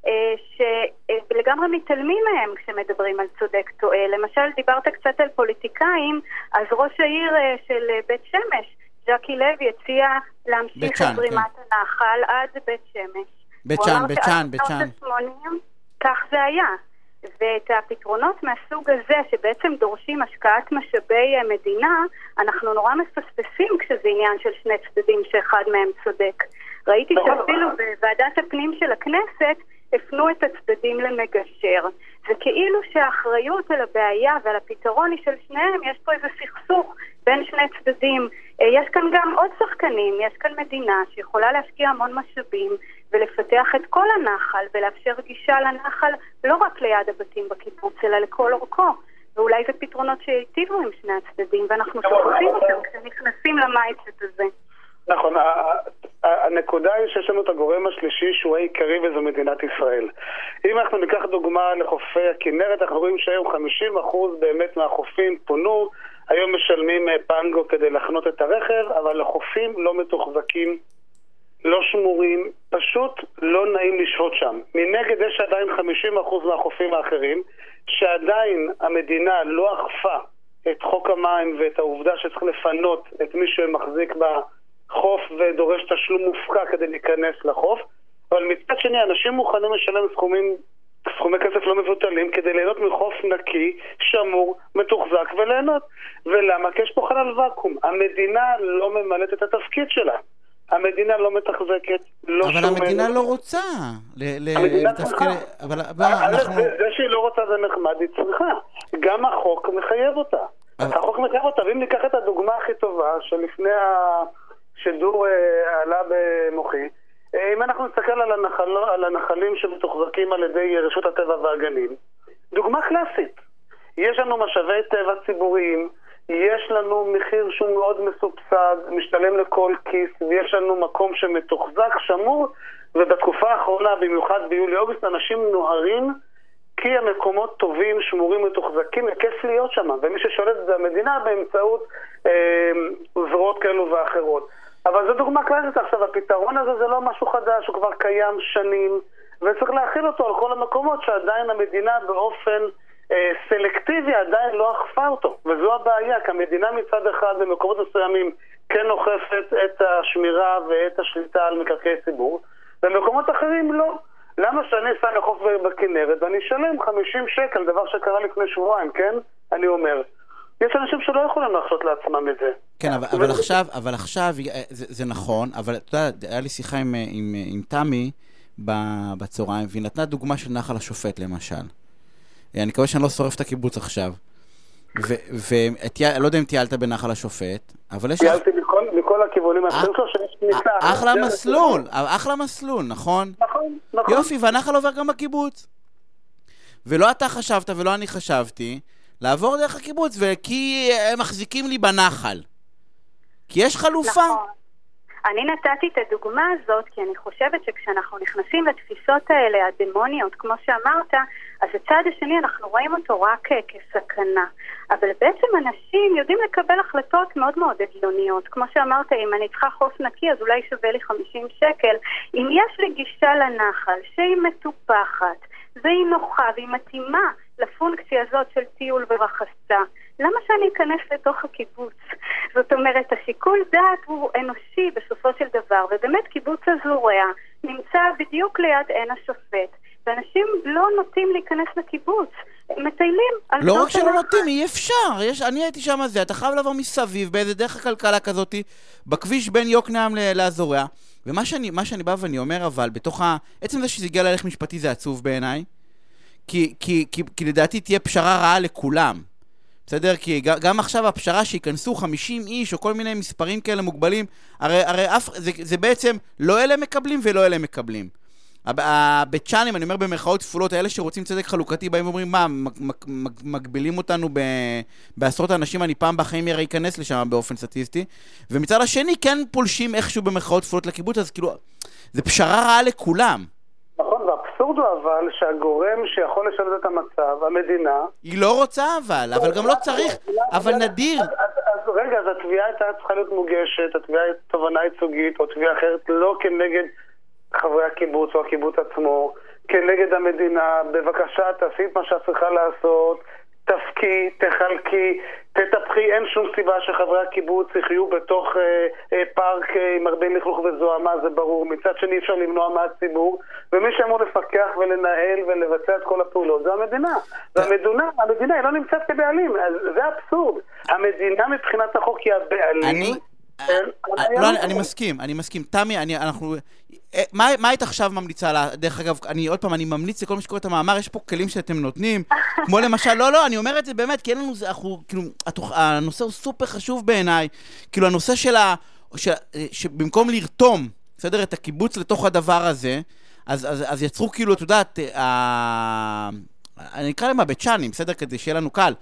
שלגמרי מתעלמים מהם כשמדברים על צודק טועה. למשל, דיברת קצת על פוליטיקאים, אז ראש העיר של בית שמש, ג'קי לוי, הציע להמשיך את זרימת הנחל עד בית שמש. בית שאן. כך זה היה. ואת הפתרונות מהסוג הזה שבעצם דורשים השקעת משאבי מדינה, אנחנו נורא מפספסים כשזה עניין של שני צדדים שאחד מהם צודק. ראיתי שאפילו בוועדת הפנים של הכנסת הפנו את הצדדים למגשר. זה כאילו שהאחריות על הבעיה ועל הפתרון היא של שניהם, יש פה איזה סכסוך בין שני צדדים. יש כאן גם עוד שחקנים, יש כאן מדינה שיכולה להשקיע המון משאבים ולפתח את כל הנחל ולאפשר גישה לנחל לא רק ליד הבתים בקיבוץ אלא לכל אורכו, ואולי זה פתרונות שהיטיבו עם שני הצדדים ואנחנו שוכחים אותם כשנכנסים למייצט הזה. נכון, הנקודה היא שיש לנו את הגורם השלישי שהוא העיקרי וזו מדינת ישראל. אם אנחנו ניקח דוגמה לחופי הכנרת, אנחנו רואים שהיום 50% באמת מהחופים פונו, היום משלמים פנגו כדי לחנות את הרכב, אבל החופים לא מתוחזקים, לא שמורים, פשוט לא נעים לשהות שם. מנגד יש עדיין 50% מהחופים האחרים, שעדיין המדינה לא אכפה את חוק המים ואת העובדה שצריך לפנות את מי שמחזיק בחוף ודורש תשלום מופקע כדי להיכנס לחוף, אבל מצד שני אנשים מוכנים לשלם סכומי כסף לא מבוטלים כדי ליהנות מחוף נקי, שמור, מתוחזק וליהנות. ולמה? כי יש פה חלל וקום. המדינה לא ממלאת את התפקיד שלה. המדינה לא מתחזקת, לא שומנת. אבל המדינה לא רוצה לתפקד. זה שהיא לא רוצה זה נחמד, היא צריכה. גם החוק מחייב אותה. החוק מחייב אותה, ואם ניקח את הדוגמה הכי טובה, שלפני השידור עלה במוחי, אם אנחנו נסתכל על הנחלים שמתוחזקים על ידי רשות הטבע והגנים, דוגמה קלאסית. יש לנו משאבי טבע ציבוריים, יש לנו מחיר שהוא מאוד מסובסד, משתלם לכל כיס, ויש לנו מקום שמתוחזק, שמור, ובתקופה האחרונה, במיוחד ביולי-אוגוסט, אנשים נוהרים כי המקומות טובים, שמורים, מתוחזקים, וכיף להיות שם, ומי ששולט זה המדינה באמצעות זרועות כאלו ואחרות. אבל זו דוגמה קלאסית. עכשיו, הפתרון הזה זה לא משהו חדש, הוא כבר קיים שנים, וצריך להכיל אותו על כל המקומות שעדיין המדינה באופן סלקטיבי עדיין לא אכפה אותו. וזו הבעיה, כי המדינה מצד אחד במקומות מסוימים כן אוכפת את השמירה ואת השליטה על מקרקעי ציבור, במקומות אחרים לא. למה שאני אסע לחוף בכנרת ואני אשלם 50 שקל, דבר שקרה לפני שבועיים, כן? אני אומר. יש אנשים שלא יכולים להרשות לעצמם את זה. כן, אבל עכשיו זה נכון, אבל אתה יודע, היה לי שיחה עם תמי בצהריים, והיא נתנה דוגמה של נחל השופט למשל. אני מקווה שאני לא שורף את הקיבוץ עכשיו. ולא יודע אם טיילת בנחל השופט, אבל יש... טיילתי מכל הכיוונים, אחלה מסלול, נכון? נכון. יופי, והנחל עובר גם בקיבוץ. ולא אתה חשבת ולא אני חשבתי, לעבור דרך הקיבוץ, וכי הם מחזיקים לי בנחל. כי יש חלופה. נכון. אני נתתי את הדוגמה הזאת, כי אני חושבת שכשאנחנו נכנסים לתפיסות האלה, הדמוניות, כמו שאמרת, אז הצד השני אנחנו רואים אותו רק כסכנה. אבל בעצם אנשים יודעים לקבל החלטות מאוד מאוד הגיוניות. כמו שאמרת, אם אני צריכה חוף נקי, אז אולי שווה לי 50 שקל. אם יש לי גישה לנחל, שהיא מטופחת, והיא נוחה, והיא מתאימה לפונקציה הזאת של טיול ורחצה, למה שאני אכנס לתוך הקיבוץ? זאת אומרת, השיקול דעת הוא אנושי בסופו של דבר, ובאמת קיבוץ הזורע נמצא בדיוק ליד עין השופט, ואנשים לא נוטים להיכנס לקיבוץ, הם מטיילים. לא רק שלא נוטים, אי אפשר. אני הייתי שם הזה, אתה חייב לעבור מסביב באיזה דרך הכלכלה כזאת, בכביש בין יוקנעם לזורע, ומה שאני בא ואני אומר, אבל בתוך עצם זה שזה הגיע להליך משפטי זה עצוב בעיניי, כי לדעתי תהיה פשרה רעה לכולם. בסדר? כי גם עכשיו הפשרה שיכנסו 50 איש או כל מיני מספרים כאלה מוגבלים, הרי זה בעצם לא אלה מקבלים ולא אלה מקבלים. הבצ'אנים, אני אומר במרכאות כפולות, האלה שרוצים צדק חלוקתי, באים ואומרים, מה, מגבילים אותנו בעשרות אנשים, אני פעם בחיים יראה ייכנס לשם באופן סטטיסטי, ומצד השני כן פולשים איכשהו במרכאות כפולות לקיבוץ, אז כאילו, זה פשרה רעה לכולם. נכון, והאבסורד הוא אבל שהגורם שיכול לשנות את המצב, המדינה... היא לא רוצה אבל גם לא צריך, אבל נדיר. אז רגע, אז התביעה הייתה צריכה להיות מוגשת, התביעה היא תובענה ייצוגית, או תביעה אחרת, לא כנגד חברי הקיבוץ או הקיבוץ עצמו, כנגד המדינה, בבקשה תעשי את מה שאת צריכה לעשות, תפקי, תחלקי, תטפחי, אין שום סיבה שחברי הקיבוץ יחיו בתוך פארק עם הרבה לכלוך וזוהמה, זה ברור. מצד שני אפשר למנוע מהציבור, ומי שאמור לפקח ולנהל ולבצע את כל הפעולות זה המדינה. והמדינה היא לא נמצאת כבעלים, זה אבסורד. המדינה מבחינת החוק היא הבעלים. אני מסכים. תמי, מה היית עכשיו ממליצה לה? דרך אגב, עוד פעם, אני ממליץ לכל מי שקורא את המאמר, יש פה כלים שאתם נותנים, כמו למשל, לא, אני אומר את זה באמת, כי אין לנו, כאילו, הנושא הוא סופר חשוב בעיניי, כאילו, הנושא שבמקום לרתום, בסדר, את הקיבוץ לתוך הדבר הזה, אז יצרו כאילו, אתה יודעת, אני אקרא להם הבצ'אנים, בסדר, כדי שיהיה לנו קל,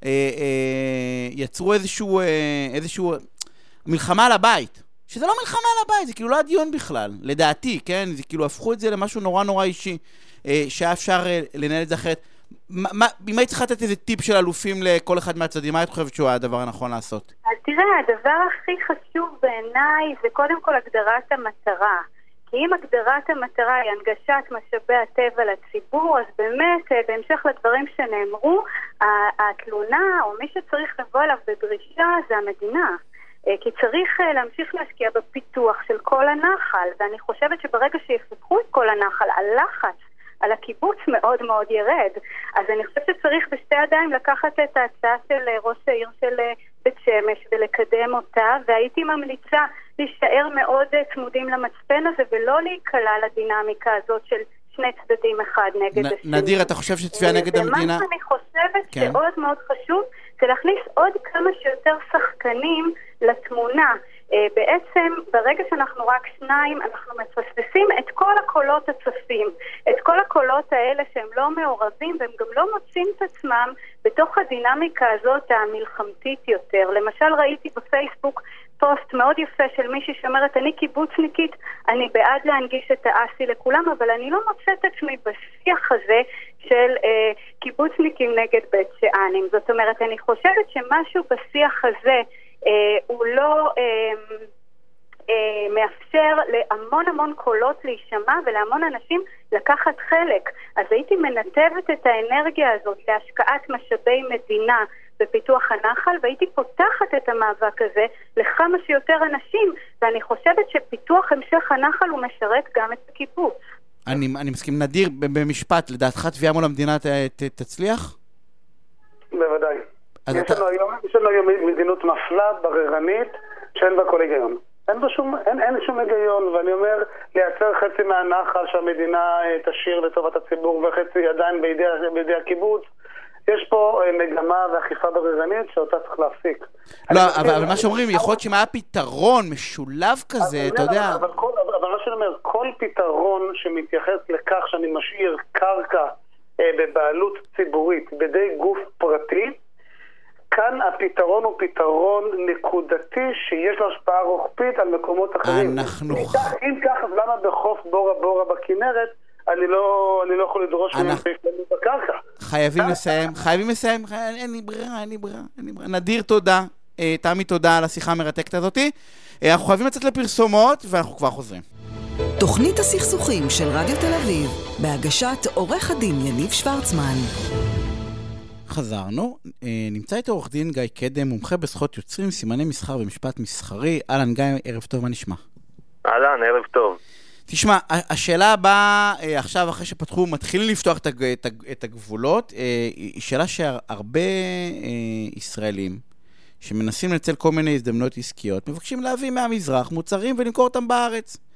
יצרו איזשהו מלחמה על הבית, שזה לא מלחמה על הבית, זה כאילו לא הדיון בכלל, לדעתי, כן? זה כאילו הפכו את זה למשהו נורא נורא אישי, שהיה אפשר לנהל את זה אחרת. אם היית צריכה לתת איזה טיפ של אלופים לכל אחד מהצדדים, מה היית חושבת שהוא הדבר הנכון לעשות? אז תראה, הדבר הכי חשוב בעיניי זה קודם כל הגדרת המטרה. כי אם הגדרת המטרה היא הנגשת משאבי הטבע לציבור, אז באמת, בהמשך לדברים שנאמרו, התלונה או מי שצריך לבוא אליו בדרישה זה המדינה. כי צריך להמשיך להשקיע בפיתוח של כל הנחל, ואני חושבת שברגע שיפתחו את כל הנחל, הלחץ על הקיבוץ מאוד מאוד ירד. אז אני חושבת שצריך בשתי ידיים לקחת את ההצעה של ראש העיר של בית שמש ולקדם אותה, והייתי ממליצה להישאר מאוד צמודים למצפן הזה ולא להיקלע לדינמיקה הזאת של שני צדדים אחד נגד השני. נדיר, אתה חושב שתביעה נגד המדינה? ומה שאני חושבת שעוד מאוד חשוב זה להכניס עוד כמה שיותר שחקנים לתמונה. בעצם ברגע שאנחנו רק שניים אנחנו מפספסים את כל הקולות הצפים, את כל הקולות האלה שהם לא מעורבים והם גם לא מוצאים את עצמם בתוך הדינמיקה הזאת המלחמתית יותר. למשל ראיתי בפייסבוק פוסט מאוד יפה של מישהי שאומרת, אני קיבוצניקית, אני בעד להנגיש את האסי לכולם, אבל אני לא מוצאת עצמי בשיח הזה של קיבוצניקים נגד בית שאנים. זאת אומרת, אני חושבת שמשהו בשיח הזה הוא לא מאפשר להמון המון קולות להישמע ולהמון אנשים לקחת חלק. אז הייתי מנתבת את האנרגיה הזאת להשקעת משאבי מדינה בפיתוח הנחל, והייתי פותחת את המאבק הזה לכמה שיותר אנשים, ואני חושבת שפיתוח המשך הנחל הוא משרת גם את הקיבוץ. אני מסכים. נדיר, במשפט, לדעתך תביעה מול המדינה תצליח? בוודאי. יש לנו היום מדיניות מפלה, בררנית, שאין בה כל היגיון. אין שום היגיון, ואני אומר, לייצר חצי מהנחל שהמדינה תשאיר לטובת הציבור, וחצי עדיין בידי הקיבוץ, יש פה מגמה ואכיפה בררנית שאותה צריך להפסיק. לא, אבל מה שאומרים, יכול להיות שאם היה פתרון משולב כזה, אתה יודע... אבל מה שאני אומר, כל פתרון שמתייחס לכך שאני משאיר קרקע בבעלות ציבורית בידי גוף פרטי, כאן הפתרון הוא פתרון נקודתי שיש לו השפעה רוחבית על מקומות אחרים. אם כך, אז למה בחוף בורה בורה בכנרת אני לא יכול לדרוש מהם שישלמו בקרקע? חייבים לסיים, אין לי ברירה. נדיר, תודה. תמי, תודה על השיחה המרתקת הזאת. אנחנו חייבים לצאת לפרסומות ואנחנו כבר חוזרים. תוכנית הסכסוכים של רדיו תל אביב, בהגשת עורך הדין יניב שוורצמן. חזרנו, נמצא איתו עורך דין גיא קדם, מומחה בזכויות יוצרים, סימני מסחר ומשפט מסחרי. אהלן גיא, ערב טוב, מה נשמע? אהלן, ערב טוב. תשמע, השאלה הבאה, עכשיו אחרי שפתחו, מתחילים לפתוח את הגבולות, היא שאלה שהרבה ישראלים שמנסים לנצל כל מיני הזדמנויות עסקיות, מבקשים להביא מהמזרח מוצרים ולמכור אותם בארץ.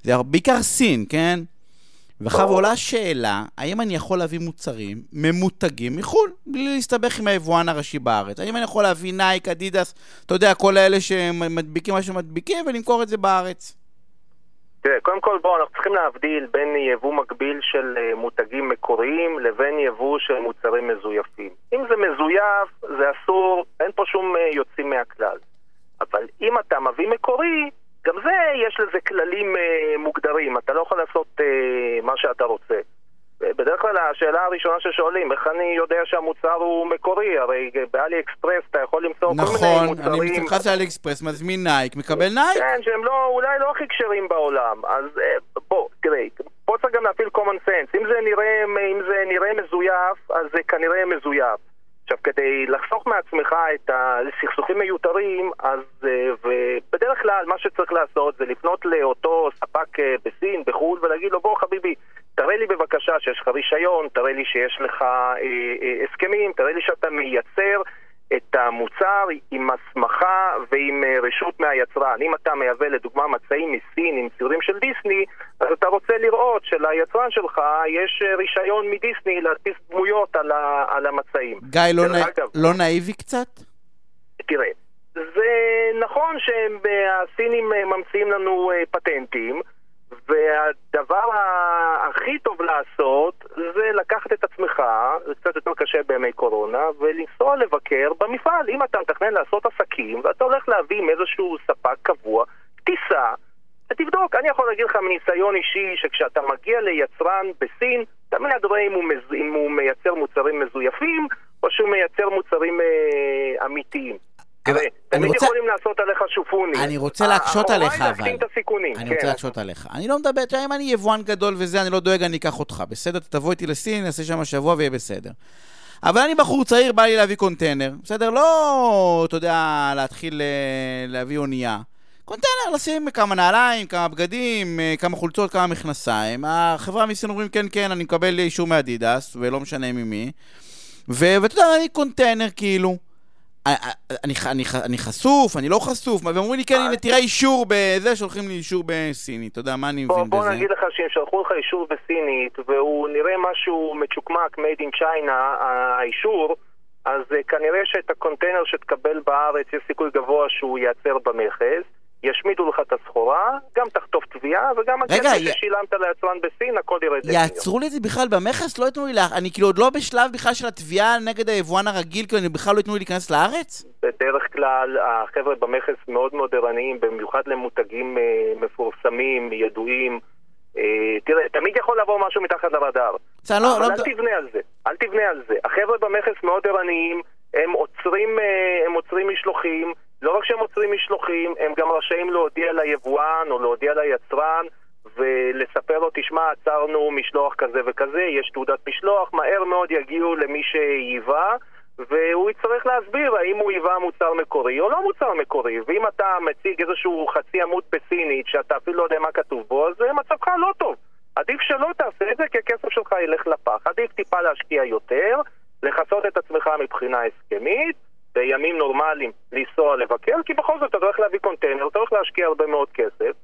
זה בעיקר סין, כן? ואחר ועולה שאלה, האם אני יכול להביא מוצרים ממותגים מחול, בלי להסתבך עם היבואן הראשי בארץ? האם אני יכול להביא נייק, אדידס, אתה יודע, כל האלה שמדביקים מה שמדביקים, ולמכור את זה בארץ? תראה, קודם כל אנחנו צריכים להבדיל בין יבוא מקביל של מותגים מקוריים לבין יבוא של מוצרים מזויפים. אם זה מזויף, זה אסור, אין פה שום יוצאים מהכלל. אבל אם אתה מביא מקורי, גם זה יש לזה כללים מוגדרים, אתה לא יכול לעשות מה שאתה רוצה. בדרך כלל השאלה הראשונה ששואלים, איך אני יודע שהמוצר הוא מקורי? הרי באלי אקספרס אתה יכול למצוא כל מיני מוצרים. נכון, אני מתייחס לאלי אקספרס, מזמין נייק, מקבל נייק? כן, שהם אולי לא הכי קשרים בעולם. אז בוא, תראה, פה צריך גם להפעיל common sense. אם זה נראה מזויף, אז זה כנראה מזויף. עכשיו, כדי לחסוך מעצמך את הסכסוכים מיותרים, אז ובדרך כלל מה שצריך לעשות זה לפנות לאותו ספק בסין, בחול, ולהגיד לו, בוא חביבי, תראה לי בבקשה שיש לך רישיון, תראה לי שיש לך הסכמים, תראה לי שאתה מייצר את המוצר עם הסמכה ועם רשות מהיצרן. אם אתה מייבא לדוגמה מצעים מסין עם ציורים של דיסני, אז אתה רוצה לראות שליצרן שלך יש רישיון מדיסני להדפיס דמויות על המצעים. גיא, לא נאיבי קצת? תראה, זה נכון שהסינים ממציאים לנו פטנטים, והדבר הכי טוב לעשות זה לקחת את עצמך, זה קצת יותר קשה בימי קורונה, ולנסוע לבקר במפעל. אם אתה מתכנן לעשות עסקים ואתה הולך להביא עם איזשהו ספק קבוע, תיסע ותבדוק. אני יכול להגיד לך מניסיון אישי שכשאתה מגיע ליצרן בסין, אתה מיד רואה אם הוא מייצר מוצרים מזויפים או שהוא מייצר מוצרים אמיתיים. תראה, תמיד יכולים לעשות עליך שופוני. אני רוצה להקשות עליך, אבל אני רוצה להקשות עליך. אני לא מדבר, אם אני יבואן גדול וזה, אני לא דואג, אני אקח אותך. בסדר, תבוא איתי לסין, נעשה שם שבוע ויהיה בסדר. אבל אני בחור צעיר, בא לי להביא קונטיינר. בסדר, לא, אתה יודע, להתחיל להביא אונייה. קונטיינר, לשים כמה נעליים, כמה בגדים, כמה חולצות, כמה מכנסיים. החברה מסין אומרים, כן, כן, אני מקבל אישור מאדידס, ולא משנה ממי. ואתה יודע, אני קונטיינר כאילו. אני חשוף, אני לא חשוף, ואומרים לי, כן, הנה, תראה אישור בזה, שולחים לי אישור בסינית, אתה יודע, מה אני מבין בזה? בוא נגיד לך שהם שלחו לך אישור בסינית, והוא נראה משהו מצ'וקמק, made in China, האישור, אז כנראה שאת הקונטיינר שתקבל בארץ, יש סיכוי גבוה שהוא ייעצר במכס, ישמידו לך את הסחורה, גם תחטוף תביעה, וגם הכסף ששילמת ליצרן בסין, הכל ירד לסין. יעצרו לי את זה בכלל במכס? לא יתנו לי אני כאילו עוד לא בשלב בכלל של התביעה נגד היבואן הרגיל, כי אני בכלל לא יתנו לי להיכנס לארץ? בדרך כלל, החבר'ה במכס מאוד מאוד ערניים, במיוחד למותגים מפורסמים, ידועים. תראה, תמיד יכול לבוא משהו מתחת לרדאר. אבל אל תבנה על זה, אל תבנה על זה. החבר'ה במכס מאוד ערניים, הם עוצרים משלוחים, לא רק שהם עוצרים משלוחים, הם גם רשאים להודיע ליבואן או להודיע ליצרן ולספר לו, תשמע, עצרנו משלוח כזה וכזה, יש תעודת משלוח, מהר מאוד יגיעו למי שייבא, והוא יצטרך להסביר האם הוא ייבא מוצר מקורי או לא מוצר מקורי. ואם אתה מציג איזשהו חצי עמוד בסינית שאתה אפילו לא יודע מה כתוב בו, אז מצבך לא טוב. עדיף שלא תעשה את זה, כי הכסף שלך ילך לפח. עדיף טיפה להשקיע יותר, לחסות את עצמך מבחינה הסכמית, בימים נורמליים לנסוע לבקר, כי בכל זאת אתה הולך להביא קונטיינר, אתה הולך להשקיע הרבה מאוד כסף,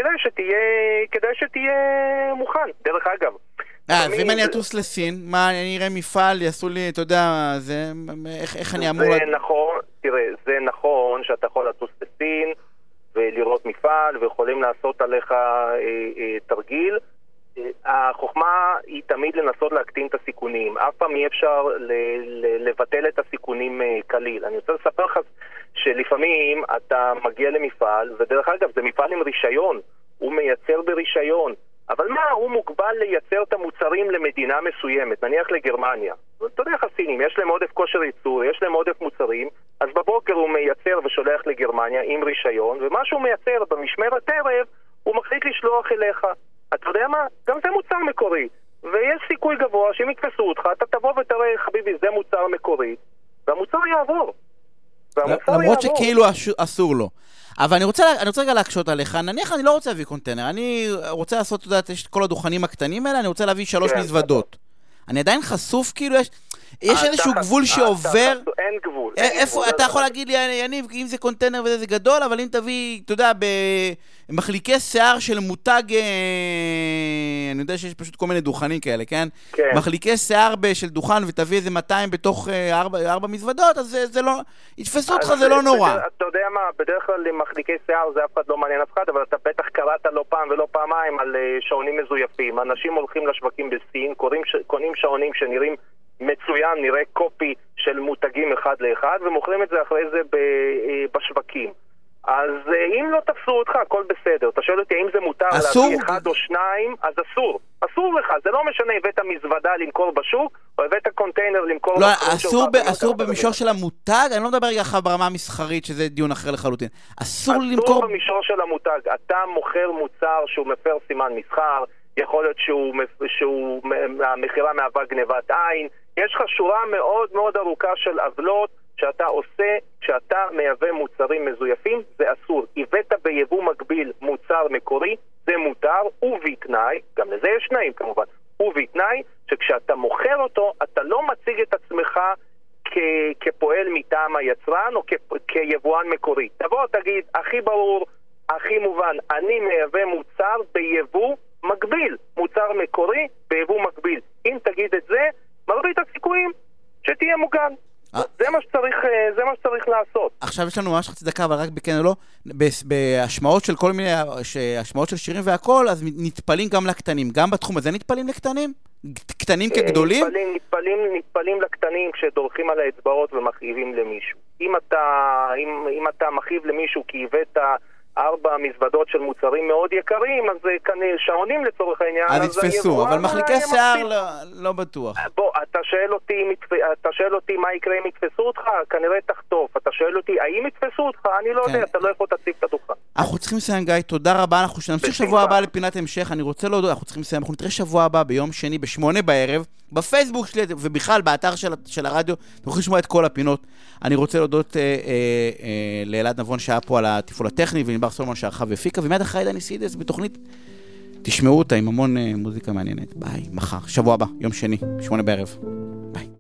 כדי שתהיה מוכן. דרך אגב, אז אם אני אטוס לסין, מה, אני אראה מפעל, יעשו לי, אתה יודע, איך אני אמור... זה נכון, תראה, זה נכון שאתה יכול לטוס לסין ולראות מפעל, ויכולים לעשות עליך תרגיל. החוכמה היא תמיד לנסות להקטין את הסיכונים. אף פעם אי אפשר לבטל את הסיכונים כליל. אני רוצה לספר לך שלפעמים אתה מגיע למפעל, ודרך אגב זה מפעל עם רישיון, הוא מייצר ברישיון, אבל מה, הוא מוגבל לייצר את המוצרים למדינה מסוימת, נניח לגרמניה. אתה יודע איך הסינים, יש להם עודף כושר ייצור, יש להם עודף מוצרים, אז בבוקר הוא מייצר ושולח לגרמניה עם רישיון, ומה שהוא מייצר במשמרת ערב, הוא מחליט לשלוח אליך. אתה יודע מה? גם זה מוצר מקורי, ויש סיכוי גבוה שאם יקפסו אותך, אתה תבוא ותראה, חביבי, זה מוצר מקורי, והמוצר יעבור. למרות שכאילו אסור לו. אבל אני רוצה רגע להקשות עליך. נניח אני לא רוצה להביא קונטיינר, אני רוצה לעשות, אתה יודעת, יש כל הדוכנים הקטנים האלה, אני רוצה להביא 3 מזוודות. אני עדיין חשוף, כאילו יש איזשהו גבול שעובר... אין גבול. איפה, אתה יכול להגיד לי, יניב, אם זה קונטיינר וזה, זה גדול, אבל אם תביא, אתה יודע, במחליקי שיער של מותג, אני יודע שיש פשוט כל מיני דוכנים כאלה, כן? כן. מחליקי שיער של דוכן, ותביא איזה 200 בתוך 4 מזוודות, אז זה לא... יתפסו אותך, זה לא נורא. אתה יודע מה, בדרך כלל למחליקי שיער זה אף אחד לא מעניין אף אחד, אבל אתה בטח קראת לא פעם ולא פעמיים על שעונים מזויפים. אנשים הולכים לשווקים בסין, קונים שעונים שנראים מצוין, נראה קופי של מותגים אחד לאחד, ומוכרים את זה אחרי זה בשווקים. אז אם לא תפסו אותך, הכל בסדר. אתה שואל אותי, האם זה מותר להביא 1 או 2, אז אסור. אסור לך, זה לא משנה, הבאת מזוודה למכור בשוק, או הבאת קונטיינר למכור... לא, אסור במישור של המותג? אני לא מדבר רגע אחר ברמה המסחרית, שזה דיון אחר לחלוטין. אסור למכור... אסור במישור של המותג. אתה מוכר מוצר שהוא מפר סימן מסחר, יכול להיות המחירה מהווה גנבת עין. יש לך שורה מאוד מאוד ארוכה של עוולות שאתה עושה כשאתה מייבא מוצרים מזויפים, זה אסור. הבאת ביבוא מקביל מוצר מקורי, זה מותר, ובתנאי, גם לזה יש תנאים כמובן, ובתנאי שכשאתה מוכר אותו, אתה לא מציג את עצמך כפועל מטעם היצרן או כיבואן מקורי. תבוא, תגיד, הכי ברור, הכי מובן, אני מייבא מוצר ביבוא מקביל, מוצר מקורי ביבוא מקביל. אם תגיד את זה, מרבית הסיכויים שתהיה מוגן. זה מה שצריך לעשות. עכשיו יש לנו ממש חצי דקה, אבל רק בכן או לא, בהשמעות של כל מיני, השמעות של שירים והכל, אז נטפלים גם לקטנים. גם בתחום הזה נטפלים לקטנים? קטנים כגדולים? נטפלים לקטנים כשדורכים על האצבעות ומכאיבים למישהו. אם אתה מכאיב למישהו כי הבאת 4 מזוודות של מוצרים מאוד יקרים, אז כנראה שעונים לצורך העניין. אז יתפסו, אבל מחליקי שיער לא בטוח. בוא, אתה שואל אותי מה יקרה אם יתפסו אותך? כנראה תחטוף. אתה שואל אותי האם יתפסו אותך? אני לא יודע, אתה לא יכול להציג את הדוכן. אנחנו צריכים לסיים, גיא, תודה רבה. אנחנו נמשיך שבוע הבא לפינת המשך. אני רוצה להודות, אנחנו צריכים לסיים. אנחנו נתראה שבוע הבא ביום שני ב8 בערב, בפייסבוק שלי ובכלל באתר של הרדיו. אתם יכולים לשמוע את כל הפינות. אני רוצה להודות לאלעד נבון שהיה פה על התפעול הטכני, ולנבר סולומון שערכה והפיקה, ומיד אחרי דני סידס בתוכנית. תשמעו אותה עם המון מוזיקה מעניינת. ביי, מחר, שבוע הבא, יום שני, 8 בערב. ביי.